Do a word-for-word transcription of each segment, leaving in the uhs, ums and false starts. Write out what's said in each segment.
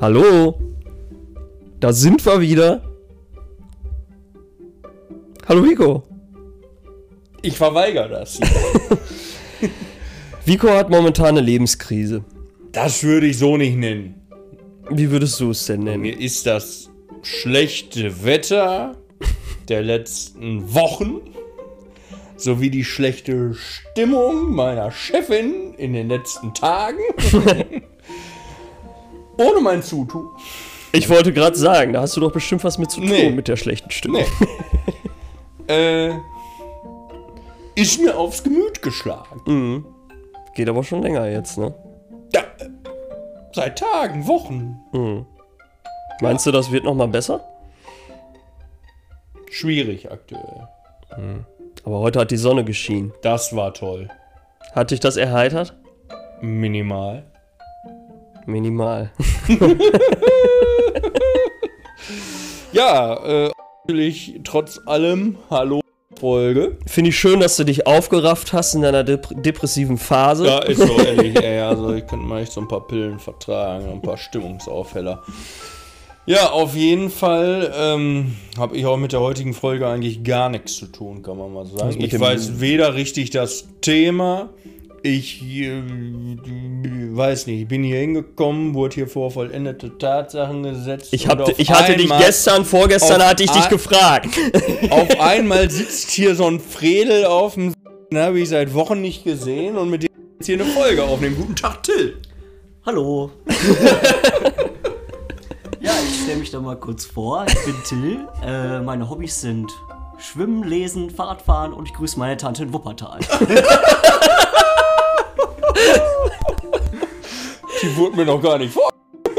Hallo? Da sind wir wieder. Hallo Vico. Ich verweigere das. Vico hat momentan eine Lebenskrise. Das würde ich so nicht nennen. Wie würdest du es denn nennen? Mir ist das schlechte Wetter der letzten Wochen sowie die schlechte Stimmung meiner Chefin in den letzten Tagen ohne mein Zutun. Ich wollte gerade sagen, da hast du doch bestimmt was mit zu tun, Nee. mit der schlechten Stimmung. Nee. äh, ist mir aufs Gemüt geschlagen. Mhm. Geht aber schon länger jetzt, ne? Ja, äh, seit Tagen, Wochen. Mhm. Meinst du, das wird nochmal besser? Schwierig aktuell. Aber heute hat die Sonne geschienen. Das war toll. Hat dich das erheitert? Minimal. Minimal. Ja, äh, natürlich trotz allem, hallo, Folge. Finde ich schön, dass du dich aufgerafft hast in deiner dep- depressiven Phase. Ja, ist so ehrlich, ey, also ich könnte mal echt so ein paar Pillen vertragen, ein paar Stimmungsaufheller. Ja, auf jeden Fall ähm, habe ich auch mit der heutigen Folge eigentlich gar nichts zu tun, kann man mal sagen. Was mit Ich dem- weiß weder richtig das Thema, ich äh, weiß nicht, ich bin hier hingekommen, wurde hier vor vollendete Tatsachen gesetzt. Ich, und hab, auf ich hatte dich einmal- gestern, vorgestern auf hatte ich dich ein- gefragt. Auf einmal sitzt hier so ein Fredel auf dem, den habe ich seit Wochen nicht gesehen und mit dem jetzt hier eine Folge aufnehmen. Guten Tag, Till. Hallo. Ja, ich stelle mich da mal kurz vor. Ich bin Till. Äh, meine Hobbys sind Schwimmen, Lesen, Fahrradfahren und ich grüße meine Tante in Wuppertal. Die wurde mir noch gar nicht vor.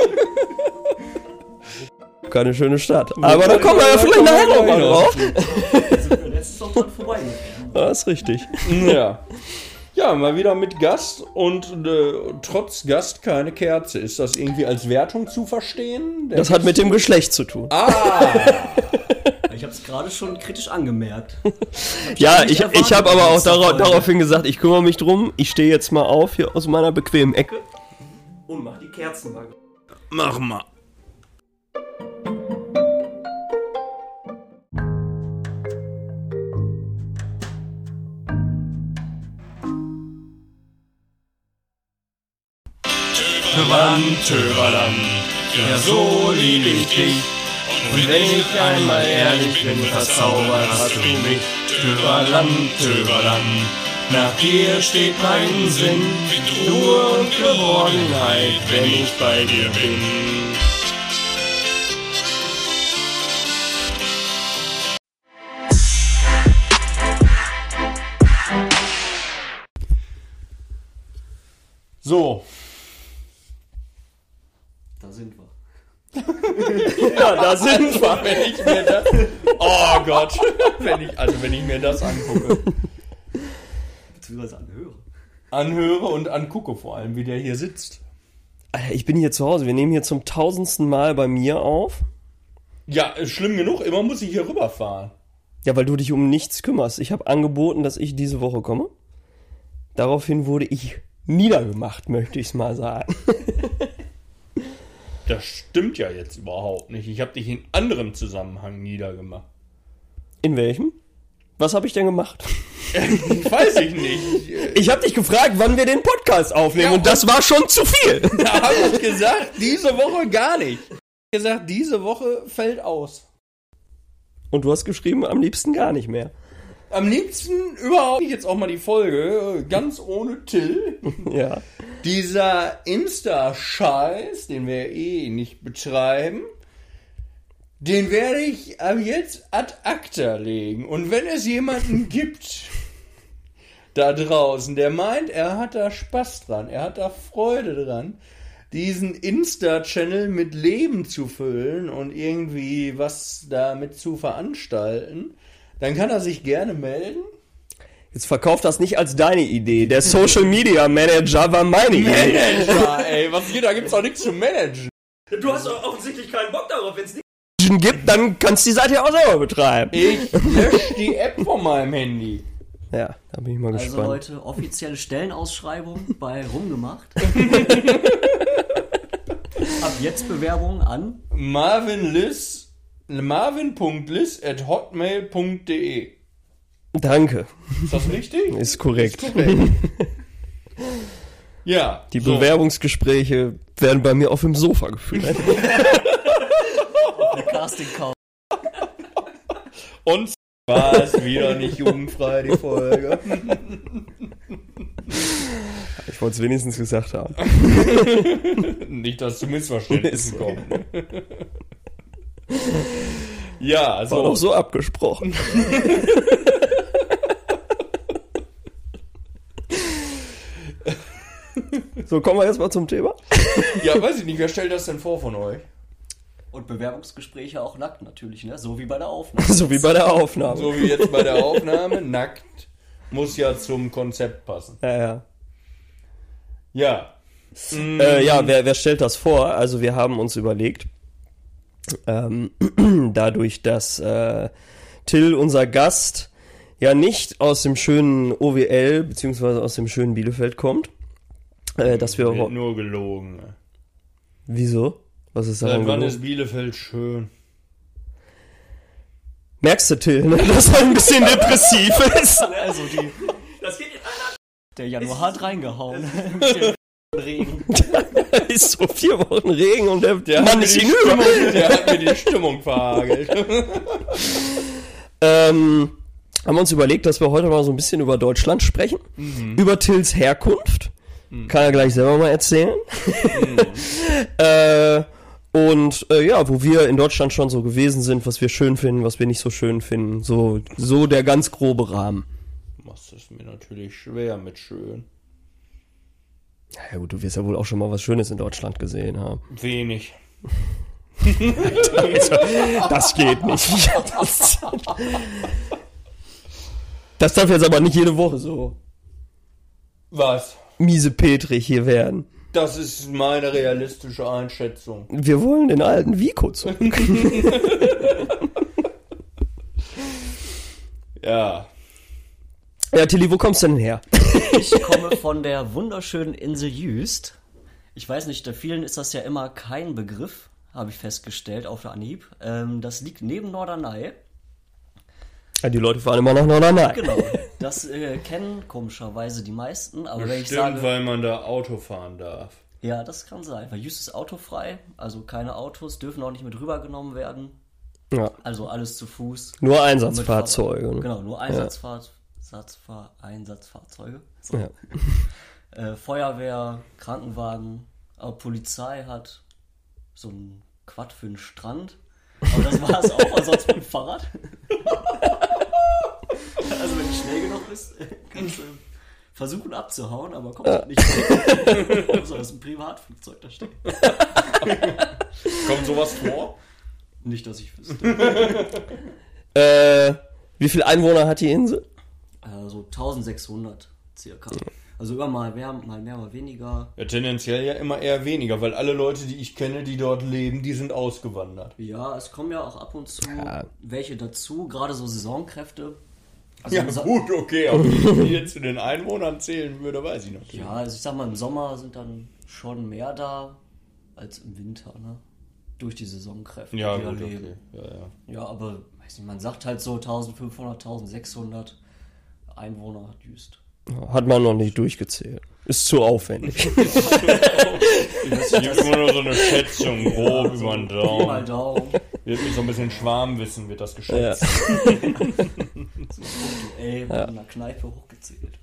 Keine schöne Stadt. Aber da kommen wir ja vielleicht nachher noch mal drauf. Sind wir letztes Mal dran vorbeigegangen. Das ist richtig. Ja. Ja, mal wieder mit Gast und äh, trotz Gast keine Kerze. Ist das irgendwie als Wertung zu verstehen? Der Das hat mit dem Geschlecht zu tun. Ah! Ich habe es gerade schon kritisch angemerkt. Ja, nicht ich, erwartet ich habe in aber auch letzter darauf, Folge. daraufhin gesagt, ich kümmere mich drum. Ich stehe jetzt mal auf hier aus meiner bequemen Ecke und mach die Kerzen mal. Mach mal. Töverland, Töverland, ja so lieb ich dich. Und wenn ich einmal ehrlich bin, verzaubert hast du mich. Töverland, Töverland, nach dir steht mein Sinn. Ruhe und Geborgenheit, wenn ich bei dir bin. So. Da sind wir. Ja, da sind wir. Wenn ich mir das, oh Gott, wenn ich, also wenn ich mir das angucke, Beziehungsweise anhöre. anhöre und angucke vor allem, wie der hier sitzt. Alter, ich bin hier zu Hause. Wir nehmen hier zum tausendsten Mal bei mir auf. Ja, ist schlimm genug, immer muss ich hier rüberfahren. Ja, weil du dich um nichts kümmerst. Ich habe angeboten, dass ich diese Woche komme. Daraufhin wurde ich niedergemacht, möchte ich es mal sagen. Das stimmt ja jetzt überhaupt nicht. Ich habe dich in anderem Zusammenhang niedergemacht. In welchem? Was habe ich denn gemacht? Weiß ich nicht. Ich habe dich gefragt, wann wir den Podcast aufnehmen Ja, und das war schon zu viel. Da habe ich gesagt, diese Woche gar nicht. Ich habe gesagt, diese Woche fällt aus. Und du hast geschrieben, am liebsten gar nicht mehr. Am liebsten überhaupt jetzt auch mal die Folge, ganz ohne Till. Ja. Dieser Insta-Scheiß, den wir eh nicht betreiben, den werde ich ab jetzt ad acta legen. Und wenn es jemanden gibt da draußen, der meint, er hat da Spaß dran, er hat da Freude dran, diesen Insta-Channel mit Leben zu füllen und irgendwie was damit zu veranstalten, dann kann er sich gerne melden. Jetzt verkauf das nicht als deine Idee. Der Social Media Manager war meine Idee. Manager, ey, was geht, da gibt's doch nichts zu managen. Du hast doch offensichtlich keinen Bock darauf, wenn es nicht... Gibt, dann kannst du die Seite ja auch selber betreiben. Ich lösche die App von meinem Handy. Ja, da bin ich mal Also gespannt. Leute, offizielle Stellenausschreibung bei Rumgemacht. Ab jetzt Bewerbung an marvinliss, marvin.liss at hotmail.de. Danke. Ist das richtig? Ist korrekt. Ist korrekt. Ja. Die so. Bewerbungsgespräche werden bei mir auf dem Sofa geführt. der Casting Call. Und war es wieder nicht jugendfrei, die Folge. Ich wollte es wenigstens gesagt haben. Nicht, dass zu Missverständnissen kommt. Ja, so. War doch so abgesprochen. So, kommen wir jetzt mal zum Thema. Ja, weiß ich nicht, wer stellt das denn vor von euch? Und Bewerbungsgespräche auch nackt natürlich, ne? So wie bei der Aufnahme. So wie bei der Aufnahme. So wie jetzt bei der Aufnahme, nackt, muss ja zum Konzept passen. Ja, ja. Ja. Äh, ja, wer, wer stellt das vor? Also wir haben uns überlegt, ähm, dadurch, dass äh, Till, unser Gast, ja nicht aus dem schönen O W L beziehungsweise aus dem schönen Bielefeld kommt, äh, dass wir... Wird nur gelogen. Wieso? Was ist Seit daran wann gelogen? ist Bielefeld schön? Merkst du, Till, ne? Dass er ein bisschen depressiv ist? Also die. Das geht in einer. Der Januar hat reingehauen. Mit dem Regen. Ist so vier Wochen Regen und der, Der Mann hat ist mir die hinüber. Stimmung, der hat mir die Stimmung verhagelt. Ähm, haben wir uns überlegt, dass wir heute mal so ein bisschen über Deutschland sprechen. Mhm. Über Tills Herkunft. Mhm. Kann er gleich selber mal erzählen. Mhm. äh, und äh, ja, wo wir in Deutschland schon so gewesen sind, was wir schön finden, was wir nicht so schön finden. So, so der ganz grobe Rahmen. Machst es mir natürlich schwer mit schön. Ja gut, du wirst ja wohl auch schon mal was Schönes in Deutschland gesehen haben. Wenig. Also, das geht nicht. Das, das darf jetzt aber nicht jede Woche so Was? miesepetrig hier werden. Das ist meine realistische Einschätzung. Wir wollen den alten Vico zurück. Ja. Ja, Tilly, wo kommst du denn her? Ich komme von der wunderschönen Insel Jüst. Ich weiß nicht, der vielen ist das ja immer kein Begriff, habe ich festgestellt auf der Anhieb. Ähm, das liegt neben Norderney. Ja, die Leute fahren immer nach Norderney. Genau, das äh, kennen komischerweise die meisten, aber wenn ich Bestimmt, sage, weil man da Auto fahren darf. ja, das kann sein, weil Jüst ist autofrei, also keine Autos dürfen auch nicht mit rübergenommen werden, Ja, also alles zu Fuß. nur Mit Einsatzfahrzeuge. Fahrrad. Ne? Genau, nur Einsatzfahr- Satzfahr- Einsatzfahrzeuge. So. Ja. Äh, Feuerwehr, Krankenwagen, aber Polizei hat so ein Quad für den Strand. Aber das war es auch, ansonsten mit dem Fahrrad. Also wenn du schnell genug bist, kannst du versuchen abzuhauen, aber kommst halt nicht weg. Also das ist ein Privatflugzeug da steht. Kommt sowas vor? Nicht, dass ich wüsste. Äh, wie viele Einwohner hat die Insel? Also eintausendsechshundert circa. Also immer mal mehr, mal mehr, mal weniger. Ja, tendenziell ja immer eher weniger, weil alle Leute, die ich kenne, die dort leben, die sind ausgewandert. Ja, es kommen ja auch ab und zu Ja. welche dazu, gerade so Saisonkräfte. Also Ja im Sa- gut, okay, aber wie ich jetzt zu den Einwohnern zählen würde, weiß ich noch nicht. Ja, also ich sag mal, im Sommer sind dann schon mehr da als im Winter, ne? Durch die Saisonkräfte, Ja, die da gut, leben. okay. Ja, ja. Ja, aber weiß nicht, man sagt halt so eintausendfünfhundert, eintausendsechshundert Einwohner hat Jüst. Hat man noch nicht durchgezählt. Ist zu aufwendig. Es gibt immer nur so eine Schätzung, grob Also, über den Pi mal Daumen. Daumen. Wird mit so ein bisschen Schwarmwissen wird das geschätzt. Ja. So punktuell ja. in einer Kneipe hochgezählt.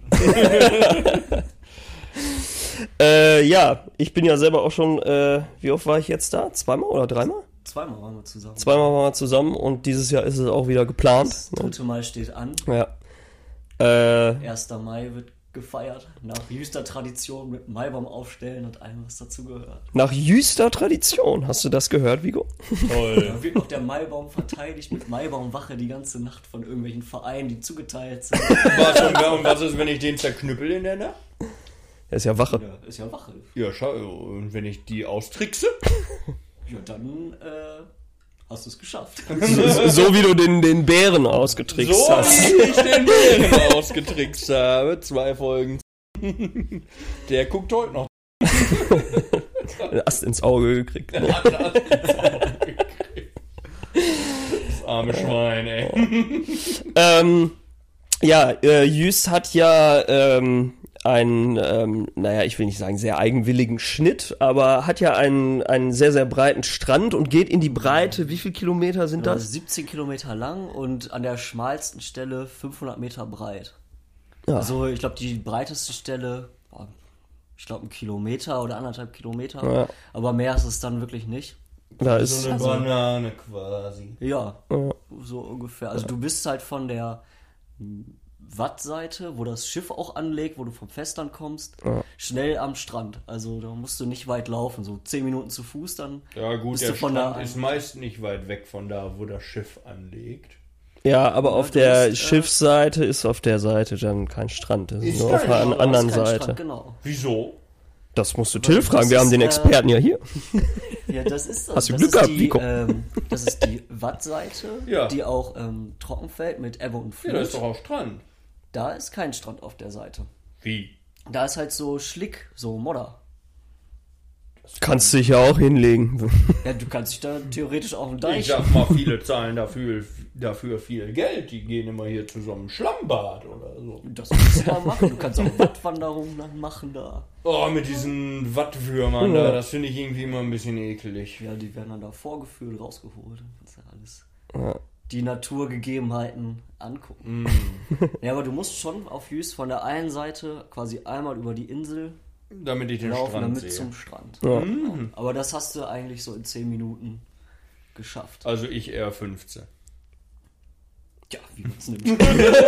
äh, ja, ich bin ja selber auch schon, äh, wie oft war ich jetzt da? Zweimal oder dreimal? Zweimal waren wir zusammen. Zweimal waren wir zusammen und dieses Jahr ist es auch wieder geplant. Das dritte Mal steht an. Ja. Äh, erster Mai wird gefeiert. Nach Jüster Tradition mit Maibaum aufstellen und allem, was dazu gehört. nach Jüster Tradition. Hast du das gehört, Vigo? Toll. Da wird noch der Maibaum verteidigt mit Maibaumwache die ganze Nacht von irgendwelchen Vereinen, die zugeteilt sind. Was, und, und was ist, wenn ich den zerknüppel in der Nacht? Er ist ja Wache. Ja, ist ja Wache. Ja, schau, und wenn ich die austrickse? Ja, dann äh, hast du es geschafft. So, so wie du den, den Bären ausgetrickst So hast. wie ich den Bären ausgetrickst habe. Zwei Folgen. Der guckt heute noch. einen Ast ins Auge gekriegt. Ne? Das arme Schwein, ey. ähm, ja, äh, Jüst hat ja ähm, einen, ähm, naja, ich will nicht sagen sehr eigenwilligen Schnitt, aber hat ja einen, einen sehr, sehr breiten Strand und geht in die Breite. Wie viele Kilometer sind Ja, das? siebzehn Kilometer lang und an der schmalsten Stelle fünfhundert Meter breit. Ja. Also ich glaube, die breiteste Stelle, boah, ich glaube ein Kilometer oder anderthalb Kilometer, Ja. aber mehr ist es dann wirklich nicht. Da ist, So eine Banane quasi. Ja, Ja. so ungefähr. Also du bist halt von der Wattseite, wo das Schiff auch anlegt, wo du vom Festland kommst, Ja. schnell am Strand. Also da musst du nicht weit laufen, so zehn Minuten zu Fuß, dann Ja gut, bist der du von Strand da ist meist nicht weit weg von da, wo das Schiff anlegt. ja, aber auf du der bist, äh, Schiffsseite ist auf der Seite dann kein Strand. Das ist, Ist nur auf kein der an- Strand, anderen ist kein Seite. Strand, genau. Wieso? Das musst du Till das fragen, wir haben ist, den äh, Experten ja hier. Ja, das ist das. Hast du das Glück ist gehabt, die, Vico? ähm, das ist die Wattseite, Ja. die auch ähm, trocken fällt mit Ebbe und Ja, Flut. da ist doch auch Strand. Da ist kein Strand auf der Seite. Wie? Da ist halt so Schlick, so Modder. Kannst dich ja auch hinlegen. Ja, du kannst dich da theoretisch auf dem Ich Deich. sag mal, viele zahlen dafür, dafür viel Geld. Die gehen immer hier zu so einem Schlammbad oder so. Das kannst du da machen. Du kannst auch Wattwanderungen dann machen da. Oh, mit diesen Wattwürmern da, das finde ich irgendwie immer ein bisschen ekelig. Ja, die werden dann da vorgeführt, rausgeholt. Das ist ja alles. Ja. Die Naturgegebenheiten angucken. Mm. Ja, aber du musst schon auf Jüst von der einen Seite quasi einmal über die Insel Damit ich den laufen, Strand damit sehe. zum Strand. Ja. Mm. Aber das hast du eigentlich so in zehn Minuten geschafft. Also ich eher fünfzehn. Ja, wie man es nimmt.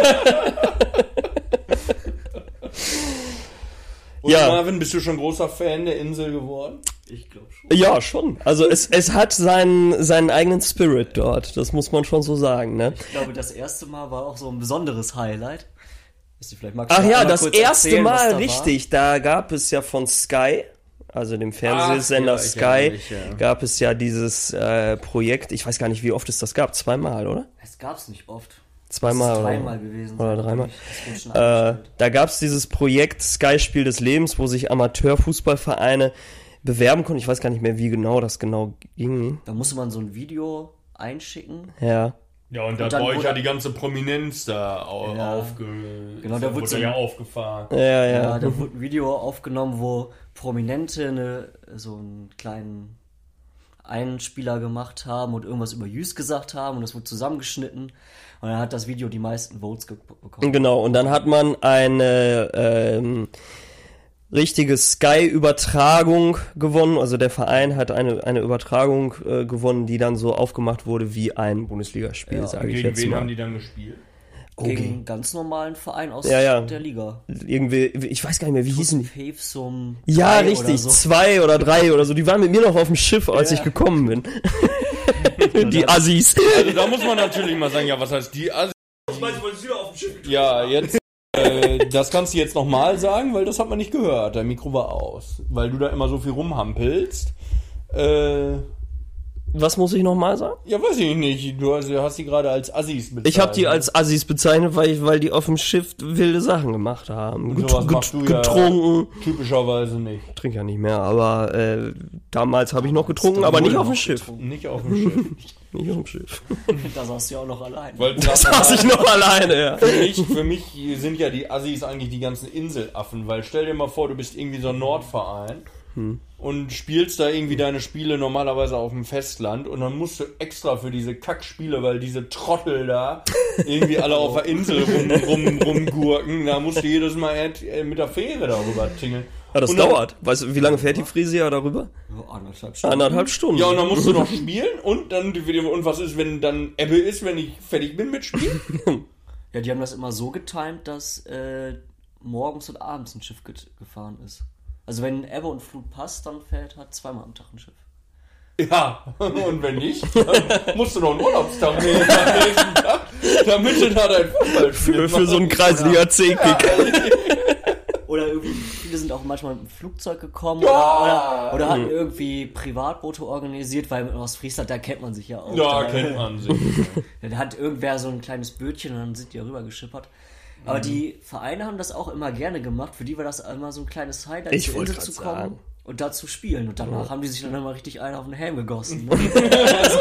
Und Ja. Marvin, bist du schon großer Fan der Insel geworden? Ich glaube schon. Ja, schon. Also es, es hat seinen, seinen eigenen Spirit dort. Das muss man schon so sagen, ne? Ich glaube, das erste Mal war auch so ein besonderes Highlight. Weißt du, vielleicht magst du Ach da ja, einmal das kurz erste erzählen, was Mal, da richtig. Da gab es ja von Sky, also dem Fernsehsender Ach, ja, ich Sky, erinnere mich, ja. gab es ja dieses äh, Projekt. Ich weiß gar nicht, wie oft es das gab. Zweimal, oder? war. Es gab's nicht oft. Zweimal. Das ist oder- dreimal gewesen. oder sein, dreimal. glaub ich. Das wurde schon Äh, eingestellt. da gab es dieses Projekt Sky Spiel des Lebens, wo sich Amateurfußballvereine bewerben konnten. Ich weiß gar nicht mehr, wie genau das genau ging. Da musste man so ein Video einschicken. Ja. Ja, und da Und dann hat bei euch wurde- ja die ganze Prominenz da au- Ja. aufge... Genau, da wurde so ja ein- aufgefahren. Ja, ja. Ja, da wurde ein Video aufgenommen, wo Prominente eine, so einen kleinen Einspieler gemacht haben und irgendwas über Jüst gesagt haben und das wurde zusammengeschnitten und dann hat das Video die meisten Votes ge bekommen. Genau, und dann hat man eine ähm, richtige Sky-Übertragung gewonnen. Also der Verein hat eine, eine Übertragung äh, gewonnen, die dann so aufgemacht wurde wie ein Bundesligaspiel, Ja, sage ich Gegen jetzt wen mal. haben die dann gespielt? Gegen Okay. einen ganz normalen Verein aus Ja, ja. der Liga. Irgendwie, ich weiß gar nicht mehr, wie hießen die? Hevsum Ja, drei richtig, oder so. zwei oder drei oder so. Die waren mit mir noch auf dem Schiff, als Ja. ich gekommen bin. Die Assis. Also da muss man natürlich mal sagen, ja, was heißt die Assi? Ich weiß, ich wollte wieder auf dem Schiff. Ja, jetzt... äh, das kannst du jetzt nochmal sagen, weil das hat man nicht gehört. Dein Mikro war aus. Weil du da immer so viel rumhampelst. Äh... Was muss ich nochmal sagen? Ja, weiß ich nicht. Du hast, hast die gerade als Assis bezeichnet. Ich habe die als Assis bezeichnet, weil, ich, weil die auf dem Schiff wilde Sachen gemacht haben. Und Get, sowas get, machst du ja getrunken. typischerweise nicht. Ich trinke ja nicht mehr, aber äh, damals habe ich noch getrunken, aber nicht auf dem Schiff. Nicht auf dem Schiff. Nicht auf dem Schiff. Da saß du ja auch noch allein. Weil Da saß ich noch alleine, ja. Für mich, für mich sind ja die Assis eigentlich die ganzen Inselaffen, weil stell dir mal vor, du bist irgendwie so ein Nordverein Hm. und spielst da irgendwie deine Spiele normalerweise auf dem Festland und dann musst du extra für diese Kackspiele, weil diese Trottel da irgendwie alle auf der Insel rum, rum, rumgurken, da musst du jedes Mal äh, mit der Fähre darüber tingeln. Ja, das Und dann- dauert. Weißt du, wie lange fährt die Frisia darüber? Ja, anderthalb Stunden. Anderthalb Stunden. Ja, und dann musst du noch spielen und dann und was ist, wenn dann Ebbe ist, wenn ich fertig bin mit Spielen? Ja, die haben das immer so getimt, dass äh, morgens und abends ein Schiff get- gefahren ist. Also wenn Ebbe und Flut passt, dann fährt halt zweimal am Tag ein Schiff. Ja, und wenn nicht, dann musst du noch einen Urlaubstag nehmen am nächsten Tag, damit du da dein Fußballspiel Für, für so einen machst. Kreisliga C-Kick. Oder irgendwie, viele sind auch manchmal mit dem Flugzeug gekommen Ja. oder, oder, oder hatten irgendwie Privatboote organisiert, weil in Ostfriesland, da kennt man sich ja auch. Ja, da, kennt man sich. Da hat irgendwer so ein kleines Bötchen und dann sind die rüber geschippert. Aber die Vereine haben das auch immer gerne gemacht. Für die war das immer so ein kleines Highlight, Ich zur wollte Insel gerade zu kommen. sagen. und dazu spielen. Und danach ja. haben die sich dann immer richtig einen auf den Helm gegossen. Ne? also.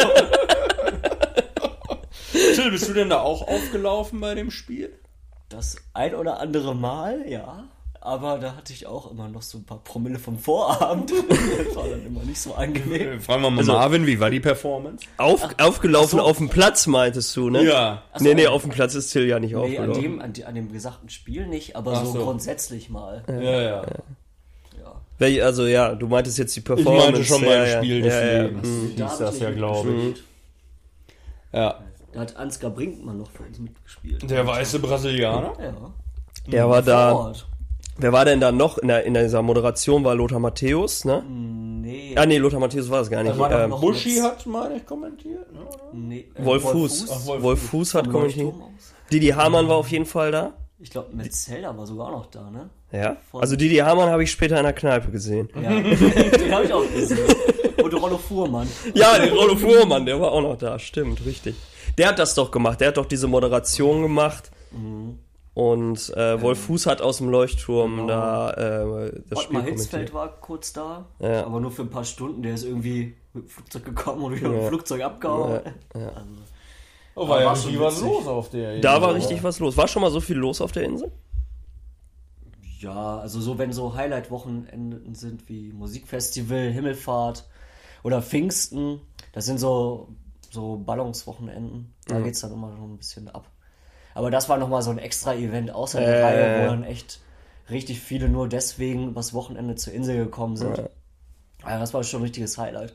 Till, bist du denn da auch aufgelaufen bei dem Spiel? Das ein oder andere Mal, ja. Aber da hatte ich auch immer noch so ein paar Promille vom Vorabend. Das war dann immer nicht so angenehm. Fragen wir mal also, Marvin, wie war die Performance? Auf, Ach, aufgelaufen so. Auf dem Platz, meintest du, ne? Ja. So. Nee, nee, auf dem Platz ist Till ja nicht nee, aufgelaufen. An dem, an, an dem gesagten Spiel nicht, aber so, so grundsätzlich mal. Ja, ja. ja. ja. Also ja, du meintest jetzt die Performance. Ich meinte schon beim ja, Spiel ja. des ja, Lebens. Ja, ja. Hieß das ja, glaube ich. Ja. Da hat Ansgar Brinkmann noch für uns mitgespielt. Der weiße Brasilianer? Ja. Der war da. Wer war denn da noch in, der, in dieser Moderation? War Lothar Matthäus, ne? Nee. Ah, nee, Lothar Matthäus war es gar nicht. Ähm, Buschi hat, meine ich, kommentiert, ne? Nee. Äh, Wolf, Wolf Fuß. Fuß. Ach, Wolf, Wolf Fuß hat kommentiert. Didi Hamann war auf jeden Fall da. Ich glaube, Metzelder war sogar auch noch da, ne? Ja. Also Didi Hamann habe ich später in der Kneipe gesehen. Ja, den habe ich auch gesehen. Und Rollo Fuhrmann. Ja, den Rollo Fuhrmann, der war auch noch da, stimmt, richtig. Der hat das doch gemacht, der hat doch diese Moderation gemacht. Mhm. Und äh, Wolf Fuß hat aus dem Leuchtturm genau. da äh, das Ottmar Spiel Hitzfeld war kurz da, ja. aber nur für ein paar Stunden. Der ist irgendwie mit dem Flugzeug gekommen und wieder ja. mit dem Flugzeug abgehauen. Ja. Ja. Also, oh, war ja richtig was los auf der Insel. Da war richtig was los. War schon mal so viel los auf der Insel? Ja, also so, wenn so Highlight-Wochenenden sind wie Musikfestival, Himmelfahrt oder Pfingsten, das sind so, so Ballungswochenenden. Da mhm. geht's dann immer noch ein bisschen ab. Aber das war nochmal so ein extra Event außer der äh, Reihe, wo dann echt richtig viele nur deswegen übers Wochenende zur Insel gekommen sind. Ja. Also das war schon ein richtiges Highlight.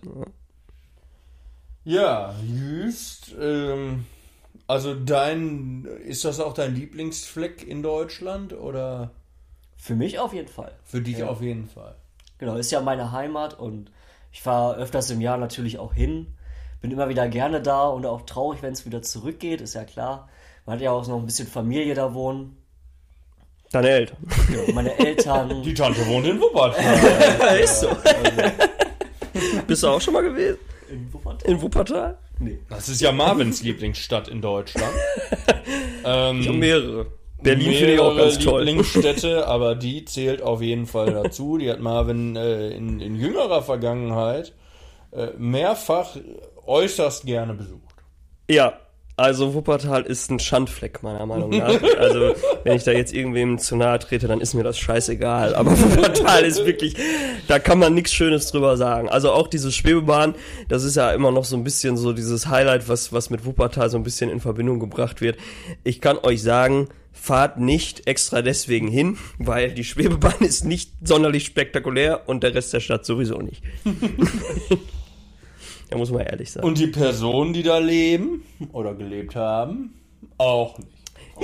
Ja, Jüst, ähm, also dein, ist das auch dein Lieblingsfleck in Deutschland, oder? Für mich auf jeden Fall. Für dich ja. auf jeden Fall. Genau, ist ja meine Heimat und ich fahre öfters im Jahr natürlich auch hin. Bin immer wieder gerne da und auch traurig, wenn es wieder zurückgeht, ist ja klar. Man hat ja auch noch ein bisschen Familie da wohnen. Deine Eltern. Ja, meine Eltern. Die Tante wohnt in Wuppertal. Ist so. Also. Bist du auch schon mal gewesen? In Wuppertal? In Wuppertal? Nee. Das ist ja Marvins Lieblingsstadt in Deutschland. ähm, ich habe mehrere. Berlin finde ich auch ganz toll. Lieblingsstädte, aber die zählt auf jeden Fall dazu. Die hat Marvin äh, in, in jüngerer Vergangenheit äh, mehrfach äußerst gerne besucht. Ja. Also Wuppertal ist ein Schandfleck, meiner Meinung nach. Also wenn ich da jetzt irgendwem zu nahe trete, dann ist mir das scheißegal. Aber Wuppertal ist wirklich, da kann man nichts Schönes drüber sagen. Also auch diese Schwebebahn, das ist ja immer noch so ein bisschen so dieses Highlight, was, was mit Wuppertal so ein bisschen in Verbindung gebracht wird. Ich kann euch sagen, fahrt nicht extra deswegen hin, weil die Schwebebahn ist nicht sonderlich spektakulär und der Rest der Stadt sowieso nicht. Da muss man ehrlich sein. Und die Personen, die da leben oder gelebt haben, auch nicht.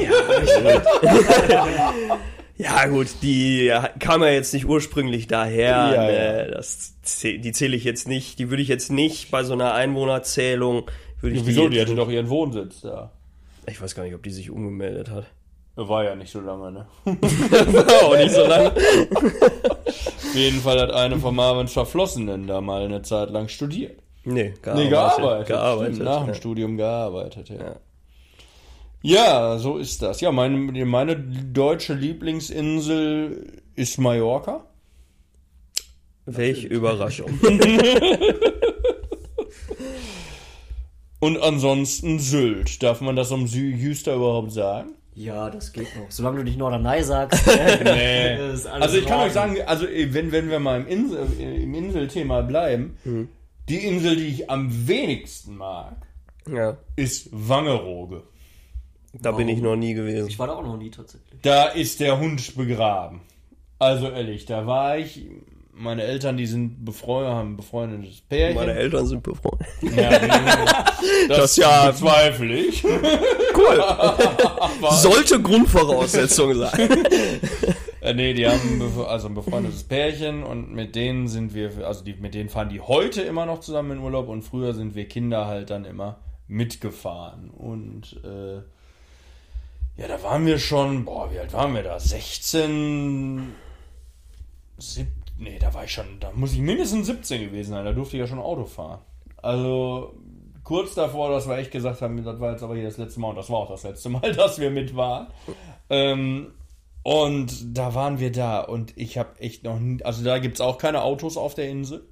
Ja, ja gut, die kam ja jetzt nicht ursprünglich daher. Ja, ne, ja. Das, die zähle ich jetzt nicht. Die würde ich jetzt nicht bei so einer Einwohnerzählung. Würde ich ja, wieso? Die, die hatte doch ihren Wohnsitz da. Ich weiß gar nicht, ob die sich umgemeldet hat. War ja nicht so lange, ne? War auch nicht so lange. Auf jeden Fall hat eine von Marvins Verflossenen da mal eine Zeit lang studiert. Nee, gearbeitet. Nee, gearbeitet. gearbeitet Stimmt, nach ja. dem Studium gearbeitet, ja. ja. Ja, so ist das. Ja, meine, meine deutsche Lieblingsinsel ist Mallorca. Welche Überraschung. Und ansonsten Sylt. Darf man das um Jüster überhaupt sagen? Ja, das geht noch. Solange du nicht Norderney sagst. Nee. Also ich kann euch sagen, also wenn, wenn wir mal im, Insel, im Inselthema bleiben, hm. die Insel, die ich am wenigsten mag, ja. ist Wangerooge. Da Warum? Bin ich noch nie gewesen. Ich war da auch noch nie tatsächlich. Da ist der Hund begraben. Also ehrlich, da war ich... Meine Eltern, die sind befreundet, haben ein befreundetes Pärchen. Meine Eltern sind befreundet. Ja, das, das ja bezweifle ich. Cool. Sollte Grundvoraussetzung sein. äh, nee, die haben also ein befreundetes Pärchen und mit denen sind wir, also die, mit denen fahren die heute immer noch zusammen in Urlaub und früher sind wir Kinder halt dann immer mitgefahren. Und äh, ja, da waren wir schon, boah, wie alt waren wir da? sechzehn, siebzehn. Nee, da war ich schon, da muss ich mindestens siebzehn gewesen sein, da durfte ich ja schon Auto fahren. Also kurz davor, dass wir echt gesagt haben, das war jetzt aber hier das letzte Mal und das war auch das letzte Mal, dass wir mit waren. Ähm, Und da waren wir da und ich habe echt noch nie, also da gibt's auch keine Autos auf der Insel.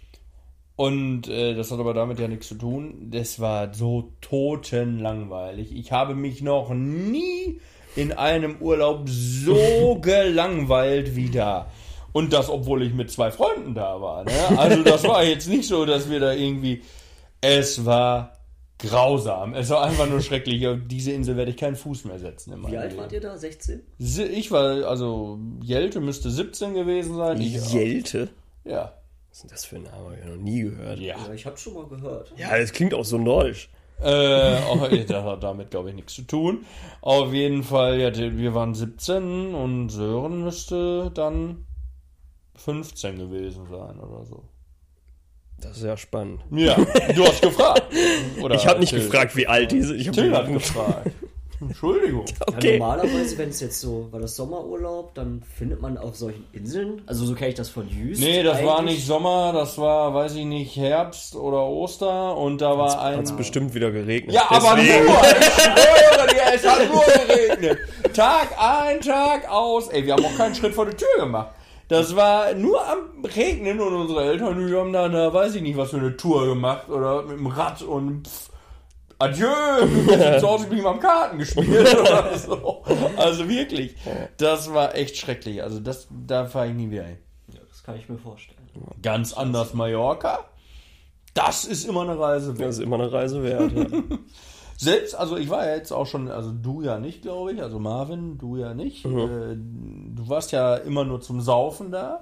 Und äh, das hat aber damit ja nichts zu tun. Das war so totenlangweilig. Ich habe mich noch nie in einem Urlaub so gelangweilt wie da. Und das, obwohl ich mit zwei Freunden da war. Ne? Also das war jetzt nicht so, dass wir da irgendwie... Es war grausam. Es war einfach nur schrecklich. Auf diese Insel werde ich keinen Fuß mehr setzen. In Wie alt wart ihr da? sechzehn? Ich war, also Jelte müsste siebzehn gewesen sein. Ich, Jelte? Ja. Was ist denn das für ein Name? Hab ich noch nie gehört. Ja. Ja, ich hab schon mal gehört. Ja, das klingt auch so nordisch. Äh, auch, das hat damit, glaube ich, nichts zu tun. Auf jeden Fall, ja, wir waren siebzehn und Sören müsste dann fünfzehn gewesen sein oder so. Das ist ja spannend. Ja, du hast gefragt. Oder Ich habe nicht Till. gefragt, wie alt die sind. Ich hab Till hat gefragt. Entschuldigung. Okay. Ja, normalerweise, wenn es jetzt so, war das Sommerurlaub, dann findet man auf solchen Inseln, also so kenne ich das von Jüst. Nee, das war eigentlich. nicht Sommer, das war, weiß ich nicht, Herbst oder Oster und da war ein... Hat's bestimmt wieder geregnet. Ja, aber nur, Deswegen. ich schwöre dir, es hat nur geregnet. Tag ein, Tag aus. Ey, wir haben auch keinen Schritt vor die Tür gemacht. Das war nur am Regnen und unsere Eltern, die haben da, da weiß ich nicht, was für eine Tour gemacht oder mit dem Rad und pff, adieu, zu Hause bin ich mal am Karten gespielt oder so. Also wirklich, das war echt schrecklich. Also das, da fahre ich nie wieder hin. Ja, das kann ich mir vorstellen. Ganz anders Mallorca. Das ist immer eine Reise wert. Das ist immer eine Reise wert. Ja. Selbst, also ich war ja jetzt auch schon, also du ja nicht, glaube ich, also Marvin, du ja nicht. Mhm. Äh, du warst ja immer nur zum Saufen da.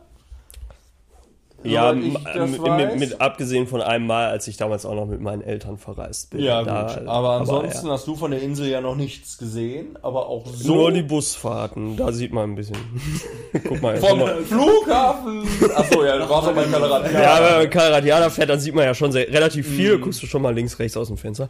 Ja, Soweit ich das mit, weiß. mit, mit abgesehen von einem Mal, als ich damals auch noch mit meinen Eltern verreist bin. Ja, Da- gut. Aber ansonsten ja. hast du von der Insel ja noch nichts gesehen, aber auch so. Nur die Busfahrten, da sieht man ein bisschen. Guck mal. guck Vom mal. Flughafen. Achso, ja, du warst auch bei Kalaratiana. Ja, wenn man mit Karadiana fährt, dann sieht man ja schon sehr, relativ viel. Guckst du schon mal links, rechts aus dem Fenster.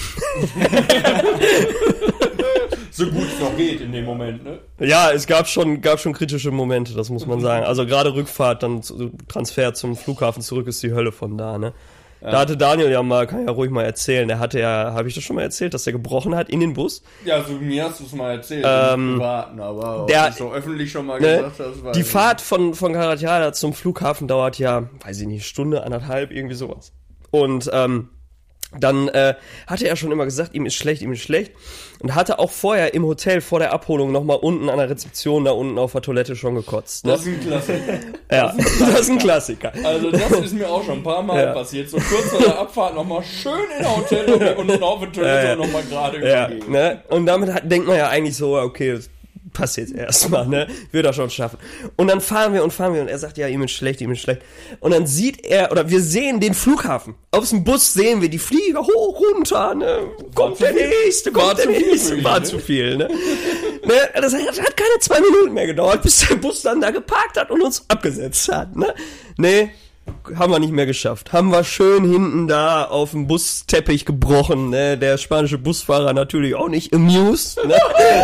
So gut es noch geht in dem Moment, ne? Ja, es gab schon, gab schon kritische Momente, das muss man sagen. Also gerade Rückfahrt, dann zu- Transfer zum Flughafen zurück ist die Hölle von da, ne? Da hatte Daniel ja mal, kann ich ja ruhig mal erzählen, der hatte ja, habe ich das schon mal erzählt, dass der gebrochen hat in den Bus? Ja, also mir hast du es mal erzählt, Ähm, im Privaten, aber ob der- du es so öffentlich schon mal Ne? gesagt hast, weiß Die ich Fahrt von, von Karadiana zum Flughafen dauert ja, weiß ich nicht, Stunde, anderthalb, irgendwie sowas. Und ähm, dann äh, hatte er schon immer gesagt, ihm ist schlecht, ihm ist schlecht. Und hatte auch vorher im Hotel vor der Abholung nochmal unten an der Rezeption, da unten auf der Toilette schon gekotzt. Ne? Das ist ein Klassiker. Ja, das ist ein Klassiker. Also das ist mir auch schon ein paar Mal Ja. passiert. So kurz vor der Abfahrt nochmal schön in der Hotel und auf der Toilette Ja, ja. nochmal gerade Ja, übergeben. ne? Und damit hat, denkt man ja eigentlich so, okay, das passt jetzt erstmal, ne? Wird er schon schaffen. Und dann fahren wir und fahren wir und er sagt, ja, ihm ist schlecht, ihm ist schlecht. Und dann sieht er, oder wir sehen den Flughafen. Aus dem Bus sehen wir die Flieger hoch, runter, ne? Kommt zu der viel. nächste, War kommt der zu viel für nächste. ihn, War ne? zu viel, ne? ne? Das hat, hat keine zwei Minuten mehr gedauert, bis der Bus dann da geparkt hat und uns abgesetzt hat, ne? Nee. Haben wir nicht mehr geschafft. Haben wir schön hinten da auf dem Busteppich gebrochen. Ne? Der spanische Busfahrer natürlich auch nicht amused. Ne?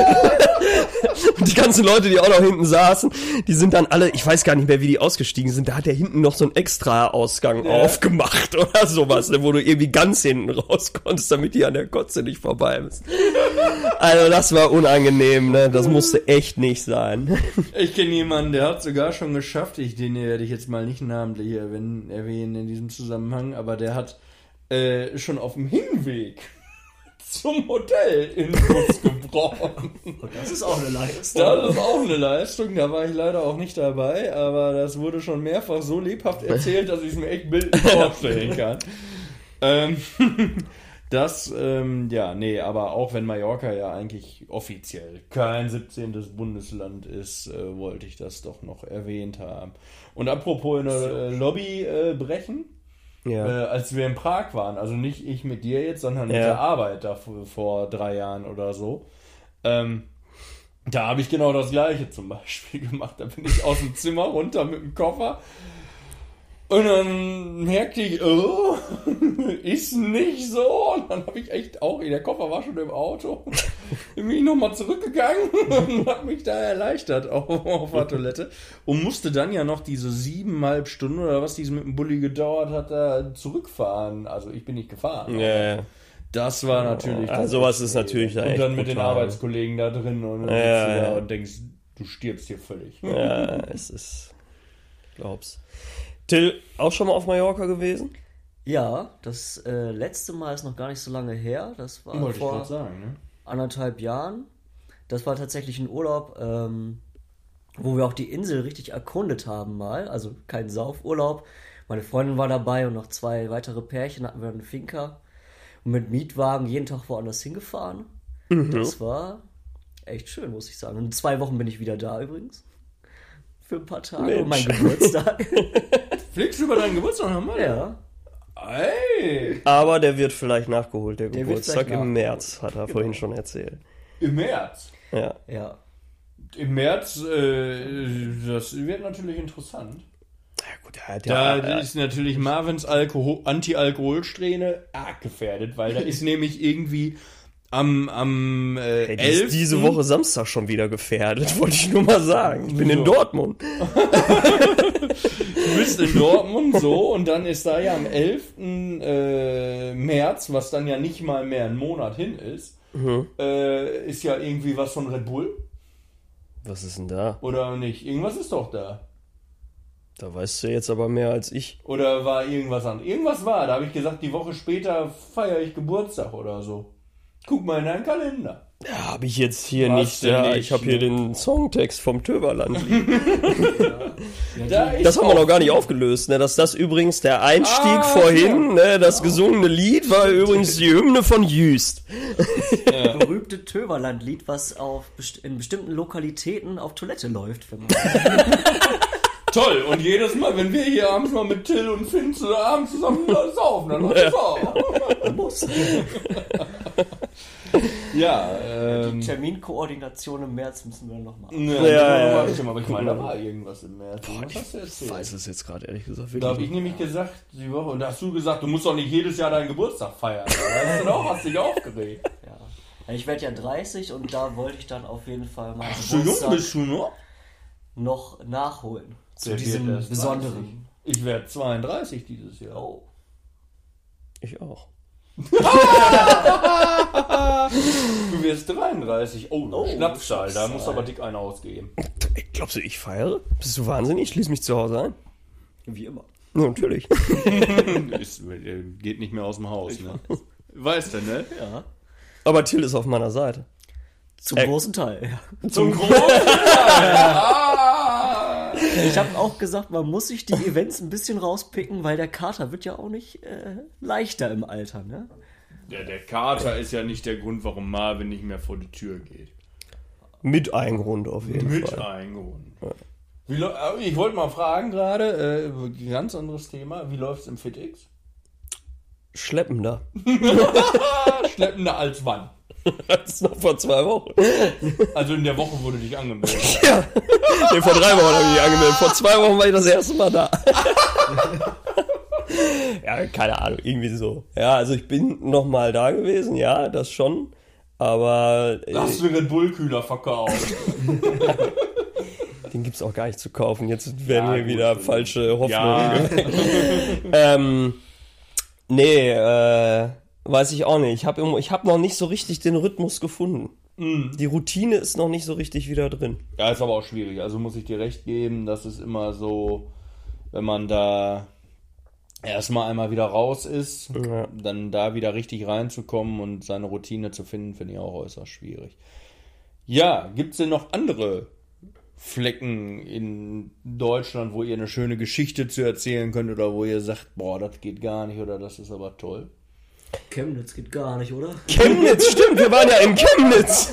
Und die ganzen Leute, die auch noch hinten saßen, die sind dann alle, ich weiß gar nicht mehr, wie die ausgestiegen sind. Da hat der hinten noch so einen extra Ausgang Ja. aufgemacht oder sowas, ne? Wo du irgendwie ganz hinten raus konntest, damit die an der Kotze nicht vorbei bist. Also das war unangenehm. Ne? Das musste echt nicht sein. Ich kenne jemanden, der hat sogar schon geschafft, ich, den werde ich jetzt mal nicht namentlich erwähnen, erwähnen in diesem Zusammenhang, aber der hat äh, schon auf dem Hinweg zum Hotel in den Bus gebrochen. Und das ist auch eine Leistung. Das ist auch eine Leistung, da war ich leider auch nicht dabei, aber das wurde schon mehrfach so lebhaft erzählt, dass ich es mir echt bildlich vorstellen kann. ähm, das, ähm, ja, nee, aber auch wenn Mallorca ja eigentlich offiziell kein siebzehntes Bundesland ist, äh, wollte ich das doch noch erwähnt haben. Und apropos in der äh, Lobby äh, brechen, Ja. äh, als wir in Prag waren, also nicht ich mit dir jetzt, sondern mit Ja. der Arbeit da vor, vor drei Jahren oder so, ähm, da habe ich genau das Gleiche zum Beispiel gemacht. Da bin ich aus dem Zimmer runter mit dem Koffer und dann merkte ich, oh, ist nicht so. Und dann habe ich echt auch, der Koffer war schon im Auto, bin ich nochmal zurückgegangen und habe mich da erleichtert auf, auf der Toilette und musste dann ja noch diese siebeneinhalb Stunden oder was diese mit dem Bulli gedauert hat, da zurückfahren. Also ich bin nicht gefahren. Ja, ja. Das war natürlich... Ja, das sowas echt ist natürlich da Und echt dann mit den brutal. Arbeitskollegen da drin und dann Ja, sitzt du da ja. und denkst, du stirbst hier völlig. Ja, es ist, ich glaub's. Till, auch schon mal auf Mallorca gewesen? Ja, das äh, letzte Mal ist noch gar nicht so lange her. Das war Wollte ich vor gerade sagen, ne? anderthalb Jahren. Das war tatsächlich ein Urlaub, ähm, wo wir auch die Insel richtig erkundet haben mal. Also kein Saufurlaub. Meine Freundin war dabei und noch zwei weitere Pärchen hatten wir eine Finca. Und mit Mietwagen jeden Tag woanders hingefahren. Mhm. Das war echt schön, muss ich sagen. Und in zwei Wochen bin ich wieder da übrigens. Für ein paar Tage. Mensch. Und mein Geburtstag. Fliegst du über deinen Geburtstag nochmal? Ja. Ey! Aber der wird vielleicht nachgeholt, der, Der wird Geburtstag vielleicht im nachgeholt. März, hat er vorhin schon erzählt. Im März. Ja. Ja. Im März, äh, das wird natürlich interessant. Ja gut, der hat Da ja, ist natürlich Marvins Alkohol- Anti-Alkohol-Strähne arg gefährdet, weil da ist nämlich irgendwie am, am äh, Ey, die ist elften diese Woche Samstag schon wieder gefährdet, wollte ich nur mal sagen. Ich bin in So. Dortmund. Du bist in Dortmund, so, und dann ist da ja am elften Äh, März, was dann ja nicht mal mehr ein Monat hin ist, Mhm. äh, ist ja irgendwie was von Red Bull, Was ist denn da? oder nicht? Irgendwas ist doch da. Da weißt du jetzt aber mehr als ich. Oder war irgendwas an? Irgendwas war, da habe ich gesagt, die Woche später feiere ich Geburtstag oder so. Guck mal in deinen Kalender. Ja, habe ich jetzt hier Was nicht. denn Ja, nicht, ich habe hier ne? den Songtext vom Töverland liegen. Da ist Das haben wir auch- noch gar nicht aufgelöst, ne? Dass das übrigens der Einstieg Ah, vorhin, ne? Das gesungene Lied war übrigens die Hymne von Jüst. Berühmte Töverland-Lied, was auf best- in bestimmten Lokalitäten auf Toilette läuft. Wenn man Toll, und jedes Mal, wenn wir hier abends mal mit Till und Finn zu abends zusammen saufen, dann läuft das auch. muss. Ja, ähm. Terminkoordination im März müssen wir noch machen. Ja, ja, ja, ja. aber ich meine, da war irgendwas im März. Was Ich hast du erzählt? weiß es jetzt gerade ehrlich gesagt Da wirklich habe ich nicht. nämlich gesagt, die Woche, und da hast du gesagt, du musst doch nicht jedes Jahr deinen Geburtstag feiern. Weißt du doch, hast dich aufgeregt. Ja. Ja, ich werde ja dreißig und da wollte ich dann auf jeden Fall meinen So jung Geburtstag bist du noch? noch nachholen. Zu Der wird diesem erst besonderen. dreißig. Ich werde zweiunddreißig dieses Jahr. Oh. Ich auch. Du wirst dreiunddreißig. Oh, Oh, Schnapszahl, da Schnapszahl. musst du aber dick einen ausgeben. Glaubst du, ich feiere? Bist du wahnsinnig? Ich schließe mich zu Hause ein. Wie immer. Ja, natürlich. Ist, äh, geht nicht mehr aus dem Haus, ne? Weißt du, ne? Ja. Aber Till ist auf meiner Seite. Zum Äh, großen Teil. Ja. Zum großen ah! Ich habe auch gesagt, man muss sich die Events ein bisschen rauspicken, weil der Kater wird ja auch nicht äh, leichter im Alter, ne? Der, der Kater ist ja nicht der Grund, warum Marvin nicht mehr vor die Tür geht. Mit einem Grund auf jeden Mit Fall. einem Grund. Wie läu- äh, ich wollte mal fragen gerade, äh, ganz anderes Thema, wie läuft's im FitX? Schleppender. Schleppender als wann? Das ist noch vor zwei Wochen. Also in der Woche wurde dich angemeldet. Ja. Nee, vor drei Wochen habe ich mich angemeldet. Vor zwei Wochen war ich das erste Mal da. Ja, keine Ahnung, irgendwie so. Ja, also ich bin noch mal da gewesen, ja, das schon. Aber äh, Hast du Red Bull-Kühler verkauft? den gibt's auch gar nicht zu kaufen. Jetzt werden Ja, hier gut, wieder gut. falsche Hoffnungen. Ja. ähm, nee, äh, weiß ich auch nicht. Ich habe ich hab noch nicht so richtig den Rhythmus gefunden. Die Routine ist noch nicht so richtig wieder drin. Ja, ist aber auch schwierig. Also muss ich dir recht geben, das ist immer so, wenn man da erstmal einmal wieder raus ist, Ja. dann da wieder richtig reinzukommen und seine Routine zu finden, finde ich auch äußerst schwierig. Ja, gibt's denn noch andere Flecken in Deutschland, wo ihr eine schöne Geschichte zu erzählen könnt oder wo ihr sagt, boah, das geht gar nicht oder das ist aber toll? Chemnitz geht gar nicht, oder? Chemnitz, stimmt, wir waren ja in Chemnitz.